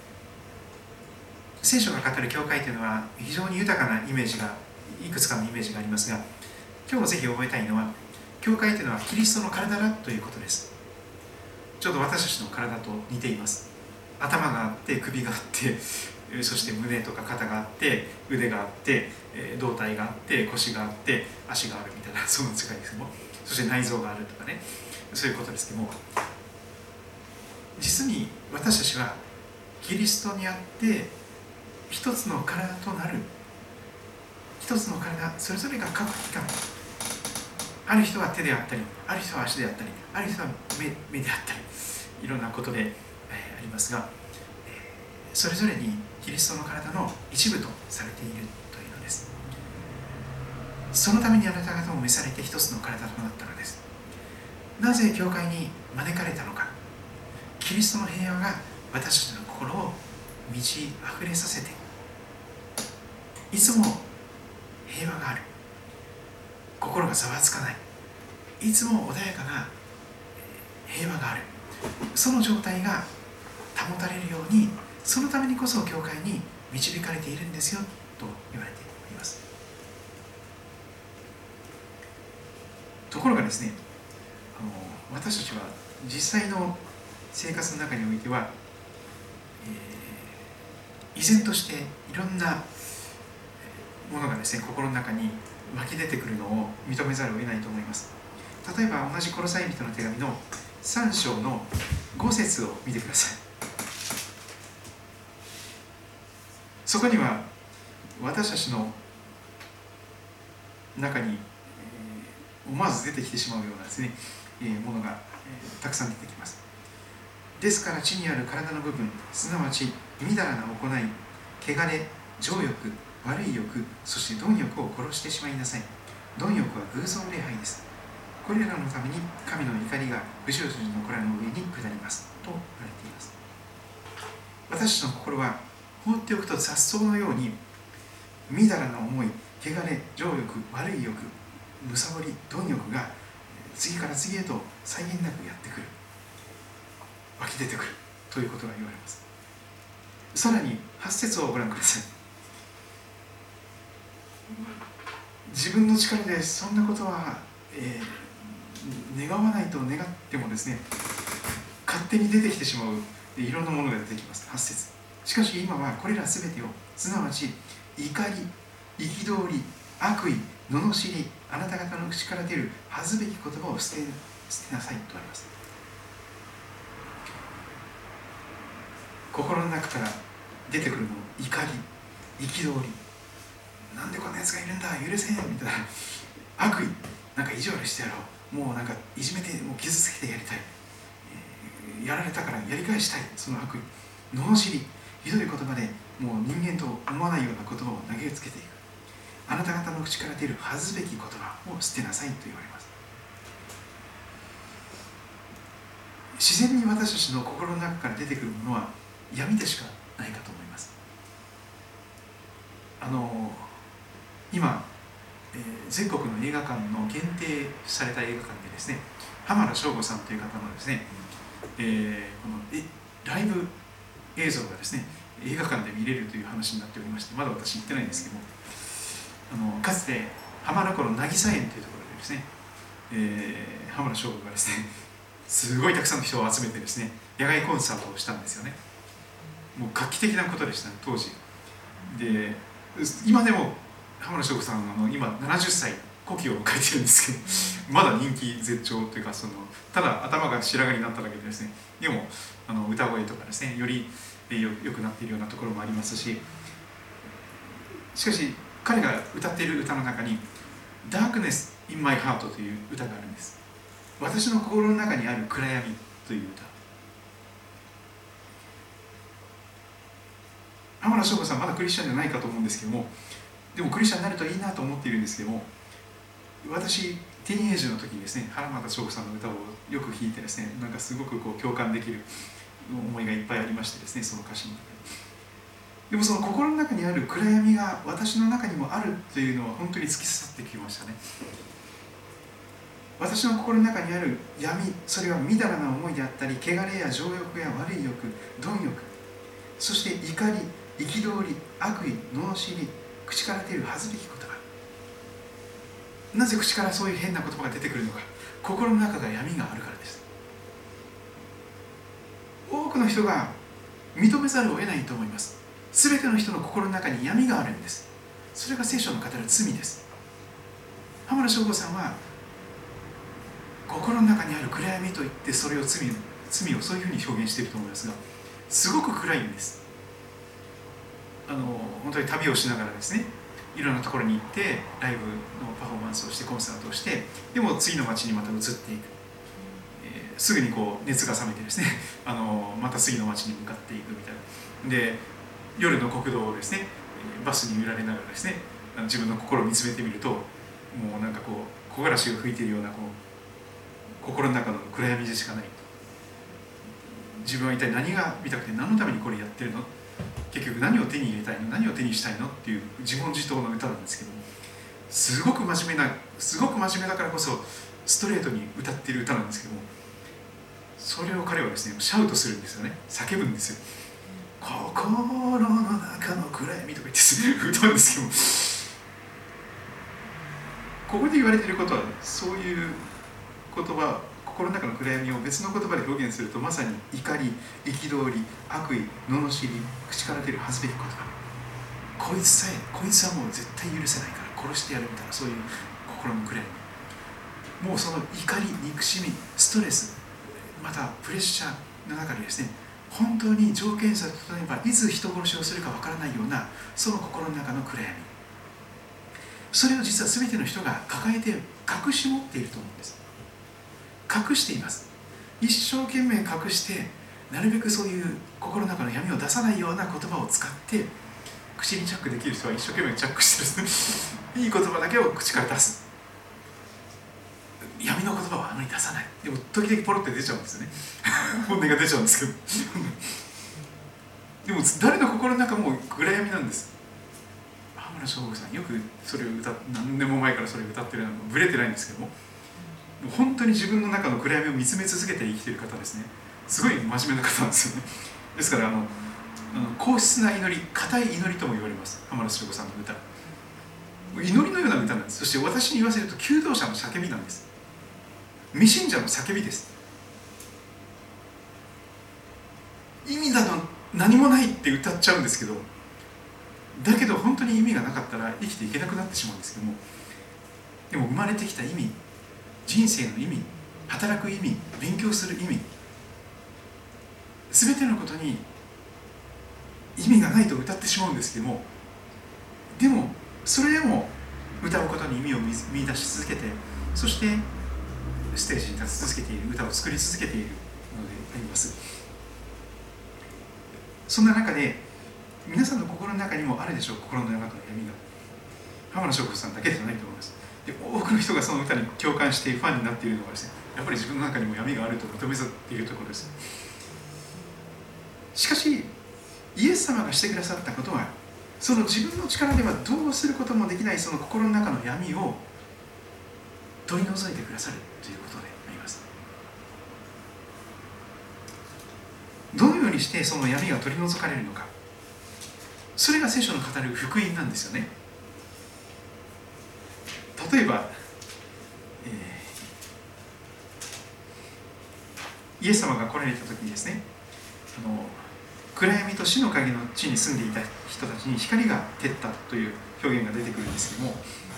聖書が語る教会というのは非常に豊かなイメージが、いくつかのイメージがありますが、今日ぜひ覚えたいのは、教会というのはキリストの体だということです。ちょうど私たちの体と似ています。頭があって、首があって、そして胸とか肩があって、腕があって、胴体があって、腰があって、足があるみたいな、そんな違いですけども、そして内臓があるとかね、そういうことですけども、実に私たちはキリストにあって一つの体となる、一つの体、それぞれが各機関、ある人は手であったり、ある人は足であったり、ある人は目であったり、いろんなことでありますが、それぞれにキリストの体の一部とされているというのです。そのためにあなた方も召されて一つの体となったのです。なぜ教会に招かれたのか。キリストの平和が私たちの心を満ち溢れさせて、いつも平和がある、心がざわつかない、いつも穏やかな平和がある、その状態が保たれるように、そのためにこそ教会に導かれているんですよと言われております。ところがですね、私たちは実際の生活の中においては、依然としていろんなものがですね、心の中に湧き出てくるのを認めざるを得ないと思います。例えば同じコロサイ人の手紙の3章の5節を見てください。そこには私たちの中に思わず出てきてしまうようなですね、ものがたくさん出てきます。ですから地にある体の部分、すなわちみだらな行い、汚れ、情欲、 悪い欲、そして貪欲を殺してしまいなさい。貪欲は偶像礼拝です。これらのために神の怒りが不祥事の子らの上に下りますと言われています。私たちの心は放っておくと雑草のようにみだらな思い、汚れ、情欲、悪い欲、むさぼり、貪欲が次から次へと際限なくやってくる、湧き出てくるということが言われます。さらに8節をご覧ください。自分の力でそんなことは、願わないと願ってもですね、勝手に出てきてしまういろんなものが出てきます。8節。しかし今はこれらすべてを、すなわち怒り、憤り、悪意、罵り、あなた方の口から出る恥ずべき言葉を捨てなさいとあります。心の中から出てくるもの、怒り、憤り、なんでこんなやつがいるんだ、許せんみたいな、悪意、なんか意地悪してやろう、もうなんかいじめて、もう傷つけてやりたい、やられたからやり返したい、その悪意、罵り、ひどい言葉でもう人間と思わないような言葉を投げつけていく。あなた方の口から出る恥ずべき言葉を捨てなさいと言われます。自然に私たちの心の中から出てくるものは闇でしかないかと思います。今、全国の映画館の限定された映画館でですね、浜田省吾さんという方のですね、このライブ映像がですね、映画館で見れるという話になっておりまして、まだ私行ってないんですけども、かつて浜名湖の渚園というところでですね、浜田省吾がですね、すごいたくさんの人を集めてですね、野外コンサートをしたんですよね。もう画期的なことでしたね、当時。で、今でも浜田省吾さん今70歳古希を迎えてるんですけど、まだ人気絶頂というか、ただ頭が白髪になっただけでですね、でも歌声とかですね、より良くなっているようなところもありますし、しかし彼が歌っている歌の中に「Darkness in my heart」という歌があるんです。私の心の中にある暗闇という歌。浜田省吾さんまだクリスチャンじゃないかと思うんですけども、でもクリスチャンになるといいなと思っているんですけども、私ティーンエイジの時にですね、浜田省吾さんの歌をよく聴いてですね、なんかすごく共感できる思いがいっぱいありましてですね、その歌詞に。でもその心の中にある暗闇が私の中にもあるというのは本当に突き刺さってきましたね。私の心の中にある闇、それはみだらな思いであったり、汚れや情欲や悪い欲、貪欲、そして怒り、憤り、悪意、罵り、口から出る恥ずべき言葉。なぜ口からそういう変な言葉が出てくるのか。心の中が闇があるからです。多くの人が認めざるを得ないと思います。すべての人の心の中に闇があるんです。それが聖書の語る罪です。浜田省吾さんは心の中にある暗闇といってそれを罪をそういうふうに表現していると思いますが、すごく暗いんです。本当に旅をしながらですね、いろんなところに行ってライブのパフォーマンスをしてコンサートをして、でも次の街にまた移っていく、すぐに熱が冷めてですねまた次の街に向かっていくみたいな。で、夜の国道をですねバスに揺られながらですね、自分の心を見つめてみると、もうなんか木枯らしが吹いているような心の中の暗闇でしかない。自分は一体何が見たくて何のためにこれやってるの、結局何を手に入れたいの、何を手にしたいのっていう自問自答の歌なんですけども、すごく真面目だからこそストレートに歌っている歌なんですけども、それを彼はですねシャウトするんですよね、叫ぶんですよ。心の中の暗闇とか言って歌うんですけども、ここで言われていることはそういう言葉、心の中の暗闇を別の言葉で表現すると、まさに怒り、憤り、悪意、罵り、口から出る恥ずべき言葉、こいつはもう絶対許せないから殺してやるみたいな、そういう心の暗闇、もうその怒り、憎しみ、ストレス、またプレッシャーの中でですね、本当に条件さえ整えばいつ人殺しをするかわからないようなその心の中の暗闇、それを実は全ての人が抱えて隠し持っていると思うんです。隠しています。一生懸命隠して、なるべくそういう心の中の闇を出さないような言葉を使って口にチャックできる人は一生懸命チャックしてるいい言葉だけを口から出す。闇の言葉はあまり出さない。でも時々ポロって出ちゃうんですよね本音が出ちゃうんですけどでも誰の心の中も暗闇なんです。浜村省吾さんよくそれを何年も前からそれを歌ってるのブレてないんですけども、本当に自分の中の暗闇を見つめ続けて生きている方ですね。すごい真面目な方なんですよね。ですから硬質な祈り、固い祈りとも言われます。浜田省吾さんの歌、祈りのような歌なんです。そして私に言わせると求道者の叫びなんです。未信者の叫びです。意味など何もないって歌っちゃうんですけど、だけど本当に意味がなかったら生きていけなくなってしまうんですけども、でも生まれてきた意味、人生の意味、働く意味、勉強する意味、全てのことに意味がないと歌ってしまうんですけども、でもそれでも歌うことに意味を見出し続けて、そしてステージに立ち続けている、歌を作り続けているのであります。そんな中で皆さんの心の中にもあるでしょう、心の中の闇が。浜田省吾さんだけじゃないと思います。で、多くの人がその歌に共感してファンになっているのはですね、やっぱり自分の中にも闇があると認めざっているところです。しかしイエス様がしてくださったことは、その自分の力ではどうすることもできないその心の中の闇を取り除いてくださるということであります。どのようにしてその闇が取り除かれるのか、それが聖書の語る福音なんですよね。例えば、イエス様が来られた時にですね、暗闇と死の影の地に住んでいた人たちに光が照ったという表現が出てくるんですけども、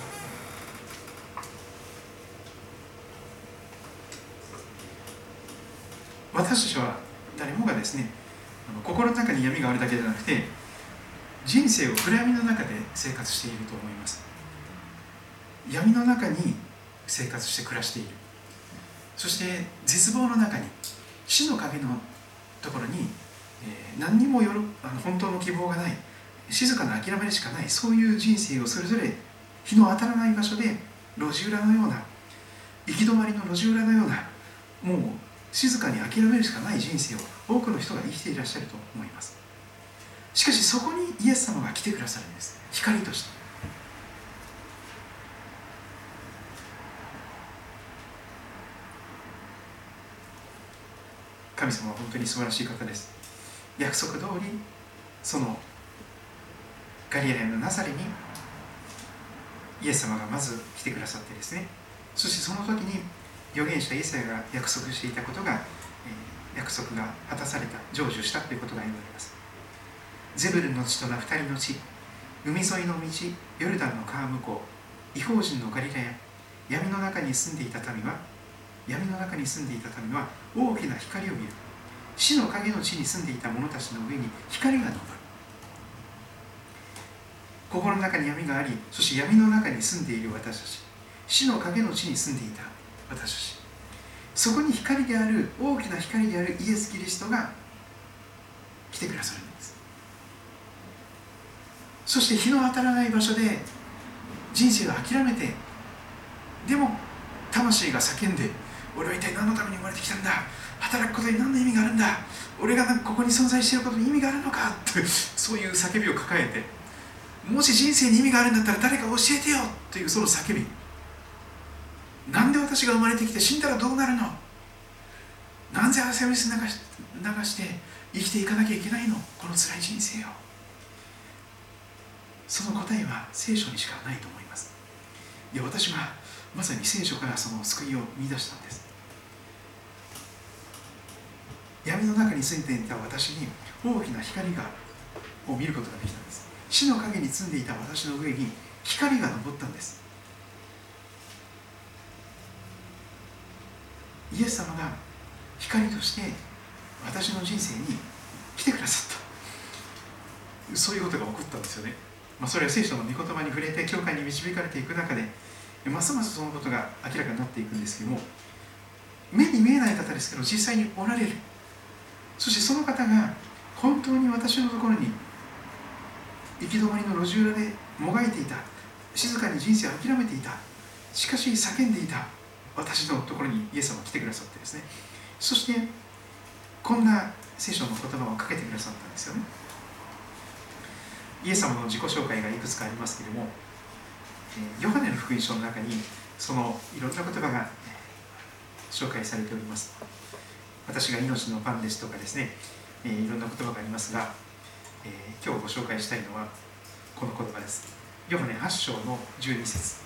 私たちは誰もがですね、心の中に闇があるだけじゃなくて、人生を暗闇の中で生活していると思います。闇の中に生活して暮らしている。そして絶望の中に、死の影のところに、何にも本当の希望がない、静かな諦めるしかない、そういう人生をそれぞれ日の当たらない場所で路地裏のような、行き止まりの路地裏のような、もう静かに諦めるしかない人生を多くの人が生きていらっしゃると思います。しかしそこにイエス様が来てくださるんです。光として。神様は本当に素晴らしい方です。約束通りそのガリラヤのナザレにイエス様がまず来てくださってですね、そしてその時に預言者イサヤが約束していたことが、約束が果たされた、成就したということが言われます。ゼブルンの地とナフタリの地、海沿いの道、ヨルダンの川向こう、異邦人のガリラヤ、闇の中に住んでいた民は大きな光を見る。死の影の地に住んでいた者たちの上に光が昇る。心の中に闇があり、そして闇の中に住んでいる私たち、死の影の地に住んでいた私たち、そこに光である、大きな光であるイエス・キリストが来てくださるんです。そして日の当たらない場所で人生を諦めて、でも魂が叫んで、俺は一体何のために生まれてきたんだ、働くことに何の意味があるんだ、俺がここに存在していることに意味があるのかとそういう叫びを抱えて、もし人生に意味があるんだったら誰か教えてよというその叫び、なんで私が生まれてきて死んだらどうなるの、なんで汗水流して生きていかなきゃいけないの、この辛い人生を。その答えは聖書にしかないと思います。いや、私はまさに聖書からその救いを見出したんです。闇の中に住んでいた私に大きな光を見ることができたんです。死の影に住んでいた私の上に光が昇ったんです。イエス様が光として私の人生に来てくださった。そういうことが起こったんですよね。それは聖書の御言葉に触れて教会に導かれていく中で、ますますそのことが明らかになっていくんですけども、目に見えない方ですけど実際におられる。そしてその方が本当に私のところに行き止まりの路地裏でもがいていた。静かに人生を諦めていた。しかし叫んでいた私のところにイエス様が来てくださってですね、そしてこんな聖書の言葉をかけてくださったんですよね。イエス様の自己紹介がいくつかありますけれども、ヨハネの福音書の中にそのいろんな言葉が紹介されております。私が命のパンですとかですね、いろんな言葉がありますが、今日ご紹介したいのはこの言葉です。ヨハネ8章の12節。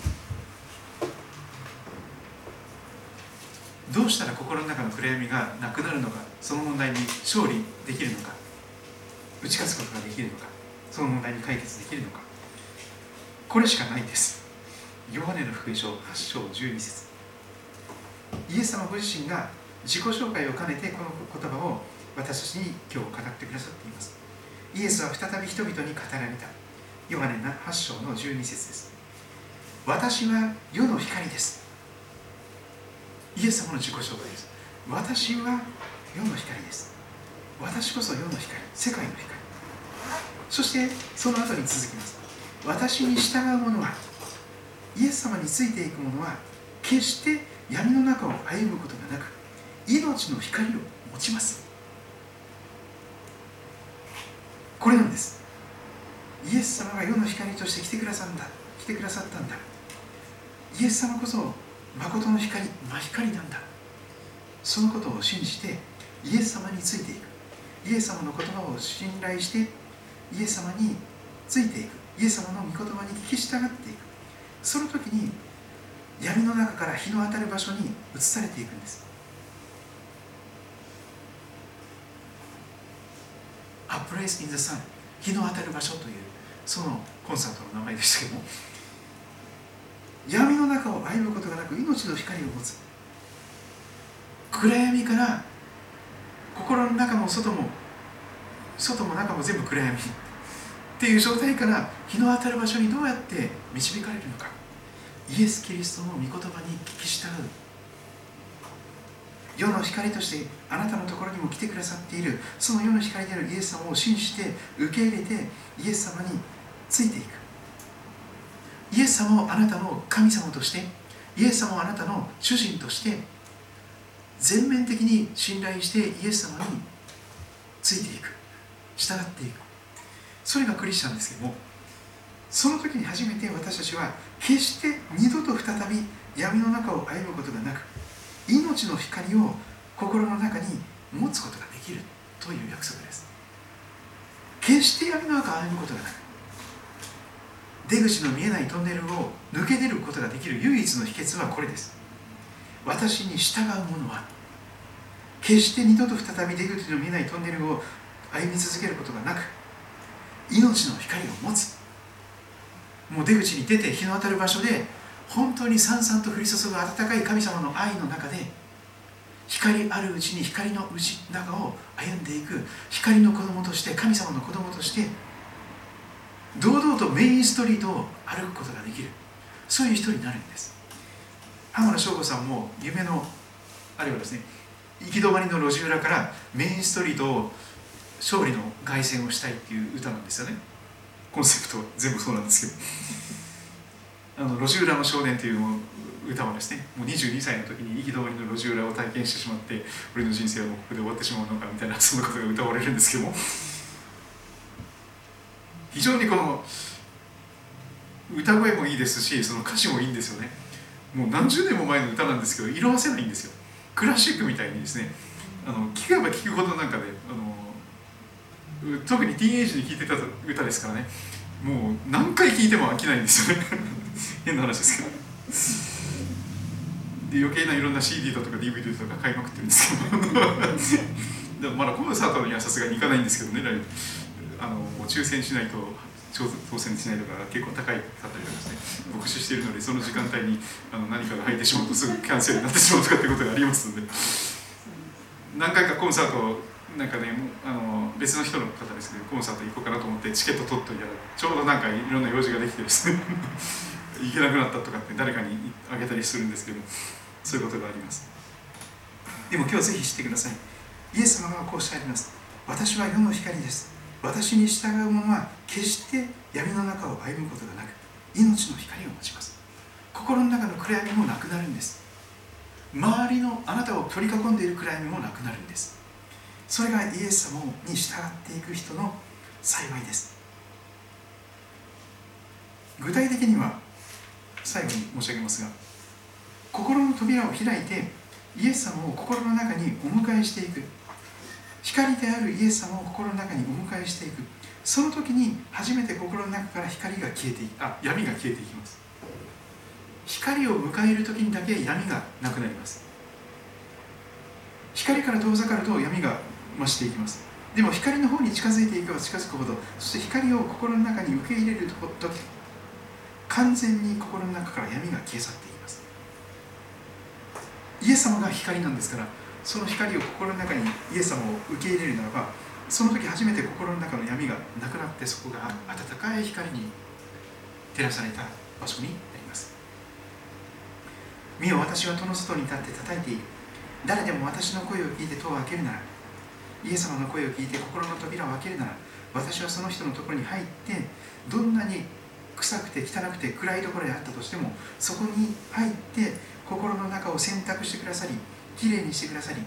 どうしたら心の中の暗闇がなくなるのか、その問題に勝利できるのか、打ち勝つことができるのか、その問題に解決できるのか、これしかないんです。ヨハネの福音書8章12節。イエス様ご自身が自己紹介を兼ねてこの言葉を私たちに今日語ってくださっています。イエスは再び人々に語られた。ヨハネ8章の12節です。私は世の光です。イエス様の自己紹介です。私は世の光です。私こそ世の光、世界の光。そしてその後に続きます。私に従う者は、イエス様についていく者は決して闇の中を歩むことがなく、命の光を持ちます。これなんです。イエス様が世の光として来てくださったんだ。イエス様こそ誠の光、真光なんだ。そのことを信じてイエス様についていく。イエス様の言葉を信頼してイエス様についていく。イエス様の御言葉に聞き従っていく。その時に闇の中から日の当たる場所に移されていくんです。A place in the sun、 日の当たる場所というそのコンサートの名前でしたけども、闇の中を歩むことがなく命の光を持つ。暗闇から心の中も外も中も全部暗闇っていう状態から日の当たる場所にどうやって導かれるのか。イエス・キリストの御言葉に聞き従う。世の光としてあなたのところにも来てくださっているその世の光であるイエス様を信じて受け入れてイエス様についていく。イエス様をあなたの神様として、イエス様をあなたの主人として全面的に信頼してイエス様についていく、従っていく。それがクリスチャンですけども、その時に初めて私たちは決して二度と再び闇の中を歩むことがなく、命の光を心の中に持つことができるという約束です。決して闇の中を歩むことがなく、出口の見えないトンネルを抜け出ることができる唯一の秘訣はこれです。私に従う者は決して二度と再び出口の見えないトンネルを歩み続けることがなく、命の光を持つ。もう出口に出て日の当たる場所で本当にさんさんと降り注ぐ温かい神様の愛の中で、光あるうちに光の中を歩んでいく光の子供として、神様の子供として堂々とメインストリートを歩くことができる、そういう人になるんです。浜田省吾さんも夢のあれはですね、行き止まりの路地裏からメインストリートを勝利の凱旋をしたいっていう歌なんですよね。コンセプトは全部そうなんですけど、路地裏の少年という歌はですね、もう22歳の時に行き止まりの路地裏を体験してしまって、俺の人生はもうここで終わってしまうのかみたいな、そんなことが歌われるんですけども、非常にこの歌声もいいですし、その歌詞もいいんですよね。もう何十年も前の歌なんですけど、色あせないんですよ。クラシックみたいにですね、聴けば聴くほどなんかで、特にティーンエイジに聴いてた歌ですからね、もう何回聴いても飽きないんですよね変な話ですけどで、余計ないろんな CD だとか DVD とか買いまくってるんですけどでもまだコンサートにはさすがに行かないんですけどね、抽選しないと当選しないとか結構高いかったりとかですね、牧師しているのでその時間帯に何かが入ってしまうとすぐキャンセルになってしまうとかっていうことがありますので、何回かコンサートなんかね、別の人の方ですけど、コンサート行こうかなと思ってチケット取っといたら、ちょうどなんかいろんな用事ができてですね行けなくなったとかって誰かにあげたりするんですけど、そういうことがあります。でも今日ぜひ知ってください。イエス様はこうおっしゃいます。私は世の光です。 私に従う者は決して闇の中を歩むことがなく命の光を持ちます。心の中の暗闇もなくなるんです。周りのあなたを取り囲んでいる暗闇もなくなるんです。それがイエス様に従っていく人の幸いです。具体的には最後に申し上げますが、心の扉を開いてイエス様を心の中にお迎えしていく、光であるイエス様を心の中にお迎えしていく、その時に初めて心の中から闇が消えていきます。光を迎える時にだけ闇がなくなります。光から遠ざかると闇が増していきます。でも光の方に近づいていけば近づくほど、そして光を心の中に受け入れる時、完全に心の中から闇が消え去っていきます。イエス様が光なんですから、その光を心の中にイエス様を受け入れるならば、その時初めて心の中の闇がなくなって、そこが温かい光に照らされた場所になります。見よ、私は戸の外に立って叩いている。誰でも私の声を聞いて戸を開けるなら、イエス様の声を聞いて心の扉を開けるなら、私はその人のところに入って、どんなに臭くて汚くて暗いところであったとしても、そこに入って心の中を洗濯してくださり、きれいにしてくださり、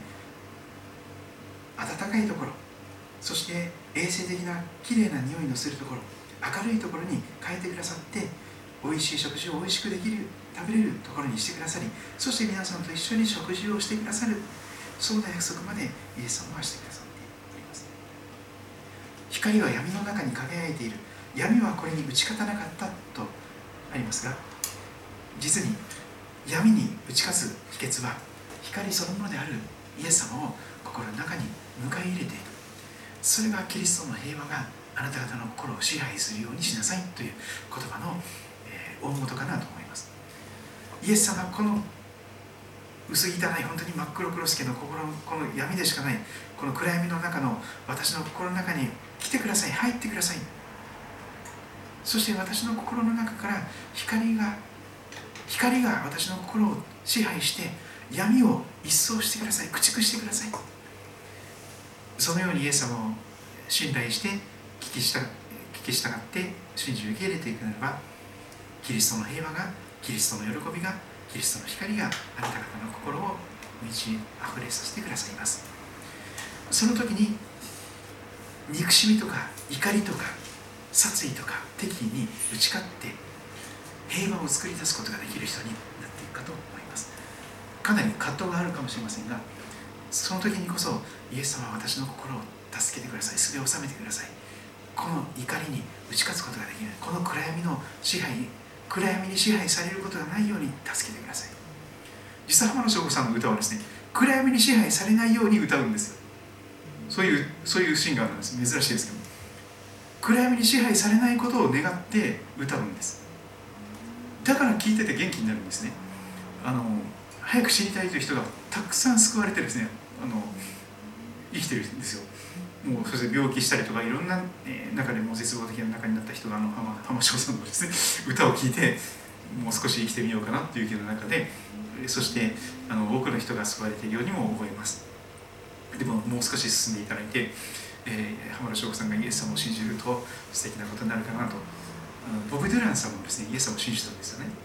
温かいところ、そして衛生的なきれいな匂いのするところ、明るいところに変えてくださって、おいしい食事をおいしくできる、食べれるところにしてくださり、そして皆さんと一緒に食事をしてくださる、そうな約束までイエス様はしてくださっております。光は闇の中に輝いている、闇はこれに打ち勝たなかったとありますが、実に闇に打ち勝つ秘訣は光そのものであるイエス様を心の中に迎え入れていく、それがキリストの平和があなた方の心を支配するようにしなさいという言葉の大元かなと思います。イエス様、この薄汚い本当に真っ黒黒助の心のこの闇でしかないこの暗闇の中の私の心の中に来てください、入ってください。そして私の心の中から光が私の心を支配して闇を一掃してください、駆逐してください。そのようにイエス様を信頼して聞き従って信じ受け入れていくならば、キリストの平和が、キリストの喜びが、キリストの光があなた方の心を満ち溢れさせてくださいます。その時に憎しみとか怒りとか殺意とか敵意に打ち勝って平和を作り出すことができる人になっていくかと思います。かなり葛藤があるかもしれませんが、その時にこそイエス様は私の心を助けてください、すべを収めてください。この怒りに打ち勝つことができない、この暗闇の支配、暗闇に支配されることがないように助けてください。実は浜野翔子さんの歌はですね、暗闇に支配されないように歌うんですよ。そういうシンガーなんです。珍しいですけど、暗闇に支配されないことを願って歌うんです。だから聴いてて元気になるんですね。早く死にたいという人がたくさん救われてですね、生きてるんですよ。もうそして病気したりとかいろんな、中でも絶望的な中になった人が浜翔さんのですね歌を聴いてもう少し生きてみようかなっていう気の中で、そして多くの人が救われているようにも思います。でももう少し進んでいただいて、浜田翔子さんがイエス様を信じると素敵なことになるかなと。ボブ・デュランさんもですねイエス様を信じたんですよね。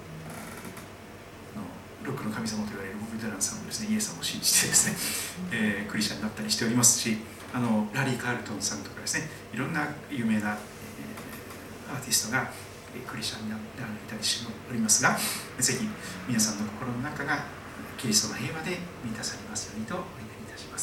ロックの神様と言われるボブ・デュランさんもですねイエス様を信じてですね、クリスチャンになったりしておりますし、ラリー・カールトンさんとかですね、いろんな有名な、アーティストがクリスチャンになられたりしておりますが、ぜひ皆さんの心の中がキリストの平和で満たされますようにとお祈りいたします。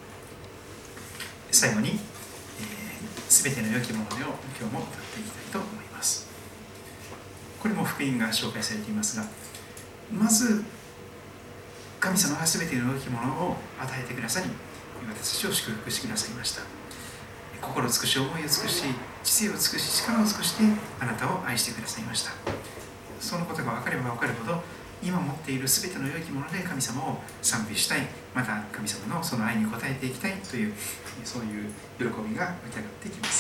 最後に、すべての良きものを今日も歌っていきたいと思います。これも福音が紹介されていますが、まず神様がすべての良きものを与えてくださり、私たちを祝福してくださいました。心を尽くし、思いを尽くし、知性を尽くし、力を尽くしてあなたを愛してくださいました。そのことが分かれば分かるほど、今持っているすべての良きもので神様を賛美したい、また神様のその愛に応えていきたいという、そういう喜びが湧き上がってきます。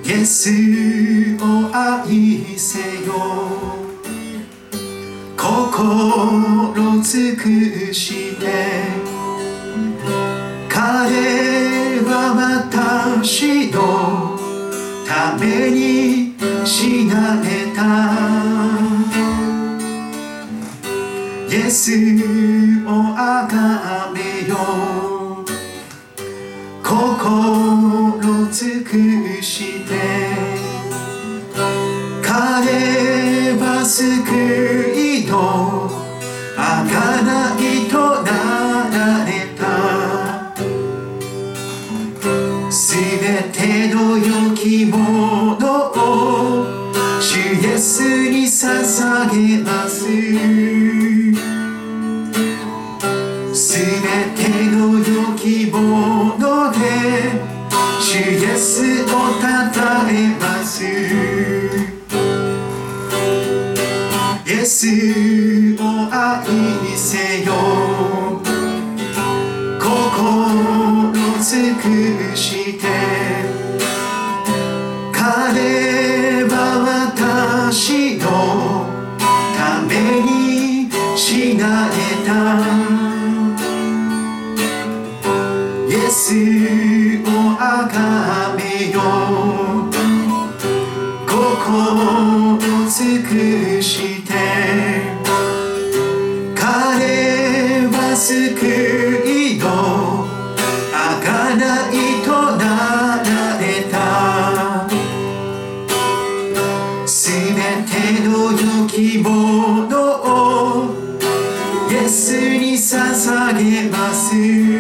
イエスを愛せよ、心尽くして彼は私のために死なれた。イエスをあがめよ、心尽くして彼は救いの贖いとなられた。すべての良きものを主イエスに捧げます。すべての良きもので主イエスをたたえます。イエスを愛せよ、心尽くして彼は私のために死なれた。イエスをあがめよ、心尽くして彼は救いの贖いとなられた。すべての良きものをイエスに捧げます。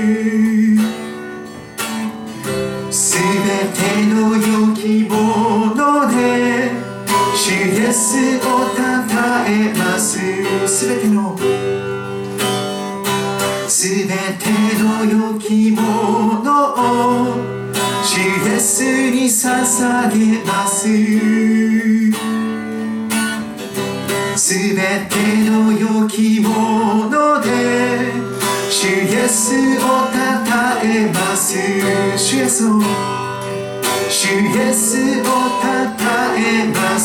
すべての良きもので主イエスをたたえます。すべての良きものを主イエスに捧げます。すべての良きもので主イエスをたたえます。主イエスをたたえます。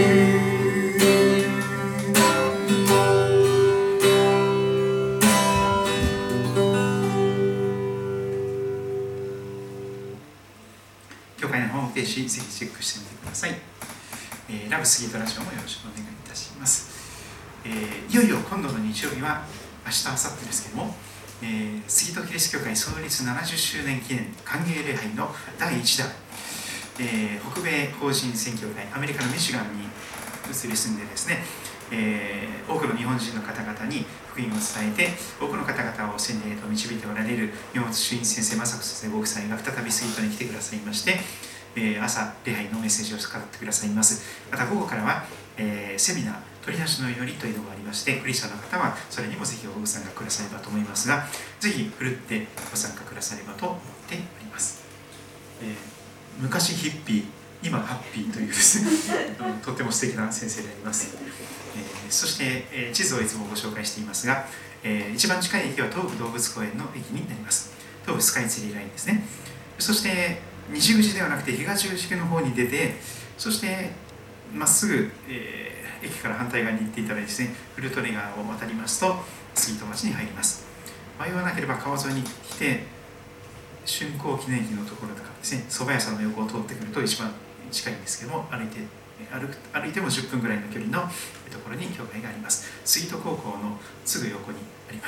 教会のホームページぜひチェックしてみてください。ラブスギートラジオもよろしくお願いいたします。いよいよ今度の日曜日は明日、明後日ですけれども、杉戸キリスト教会創立70周年記念歓迎礼拝の第1弾、北米法人宣教会アメリカのミシガンに移り住んでですね、多くの日本人の方々に福音を伝えて多くの方々を洗礼へと導いておられる山本主任先生、雅子先生ご夫妻が再び杉戸に来てくださいまして、朝礼拝のメッセージを語ってくださいます。また午後からは、セミナー取り出しの祈りというのがありまして、クリスチャンの方はそれにもぜひご参加くださればと思いますが、ぜひふるってご参加くださればと思っております。昔ヒッピー、今ハッピーというですねとっても素敵な先生であります。そして、地図をいつもご紹介していますが、一番近い駅は東武動物公園の駅になります。東武スカイツリーラインですね。そして西口ではなくて東口の方に出て、そしてまっすぐ、駅から反対側に行っていただいてですね、フルトレ川を渡りますと杉戸町に入ります。迷わなければ川沿いに来て竣工記念碑のところとかですね、蕎麦屋さんの横を通ってくると一番近いんですけども、歩いても10分ぐらいの距離のところに教会があります。杉戸高校のすぐ横にあります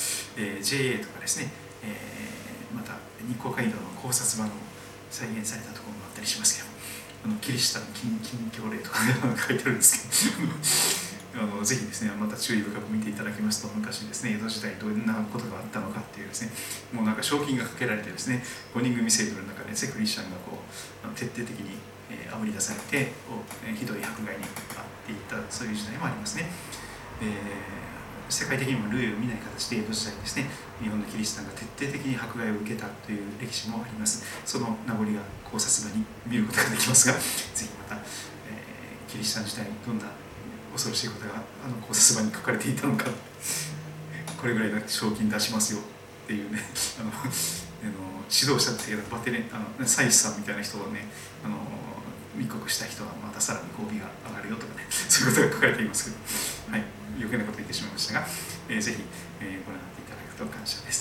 。JA とかですね、また日光街道の考察場の再現されたところもあったりしますけど、キリシタン禁教令とか書いてあるんですけどぜひですね、また注意深く見ていただきますと、昔ですね、江戸時代どんなことがあったのかっていうですね、もうなんか賞金がかけられてですね、5人組制度の中でですね、クリスチャンがこう徹底的にあぶり出されてひどい迫害に遭っていった、そういう時代もありますね。世界的にも類を見ない形で江戸時代にですね、日本のキリシタンが徹底的に迫害を受けたという歴史もあります。その名残が考察場に見ることができますが、ぜひまた、キリシタン時代どんな恐ろしいことが考察場に書かれていたのか、これぐらいの賞金出しますよっていうね、 指導者っていうバテレ祭司さんみたいな人をね密告した人はまたさらに褒美が上がるよとかね、そういうことが書かれていますけど、はい、余計なこと言ってしまいましたが、ぜひ、ご覧になっていただくと感謝です。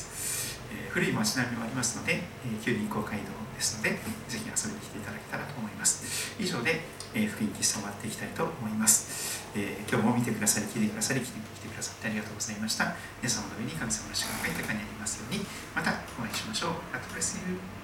古い街並みもありますので、旧日光街道ですので、ぜひ遊びに来ていただけたらと思います。以上で、福音喫茶を終わっていきたいと思います。今日も見てくださり、聞いてくださり、来てくださってありがとうございました。皆様の上に神様の祝福が豊かにありますように、またお会いしましょう。God bless you.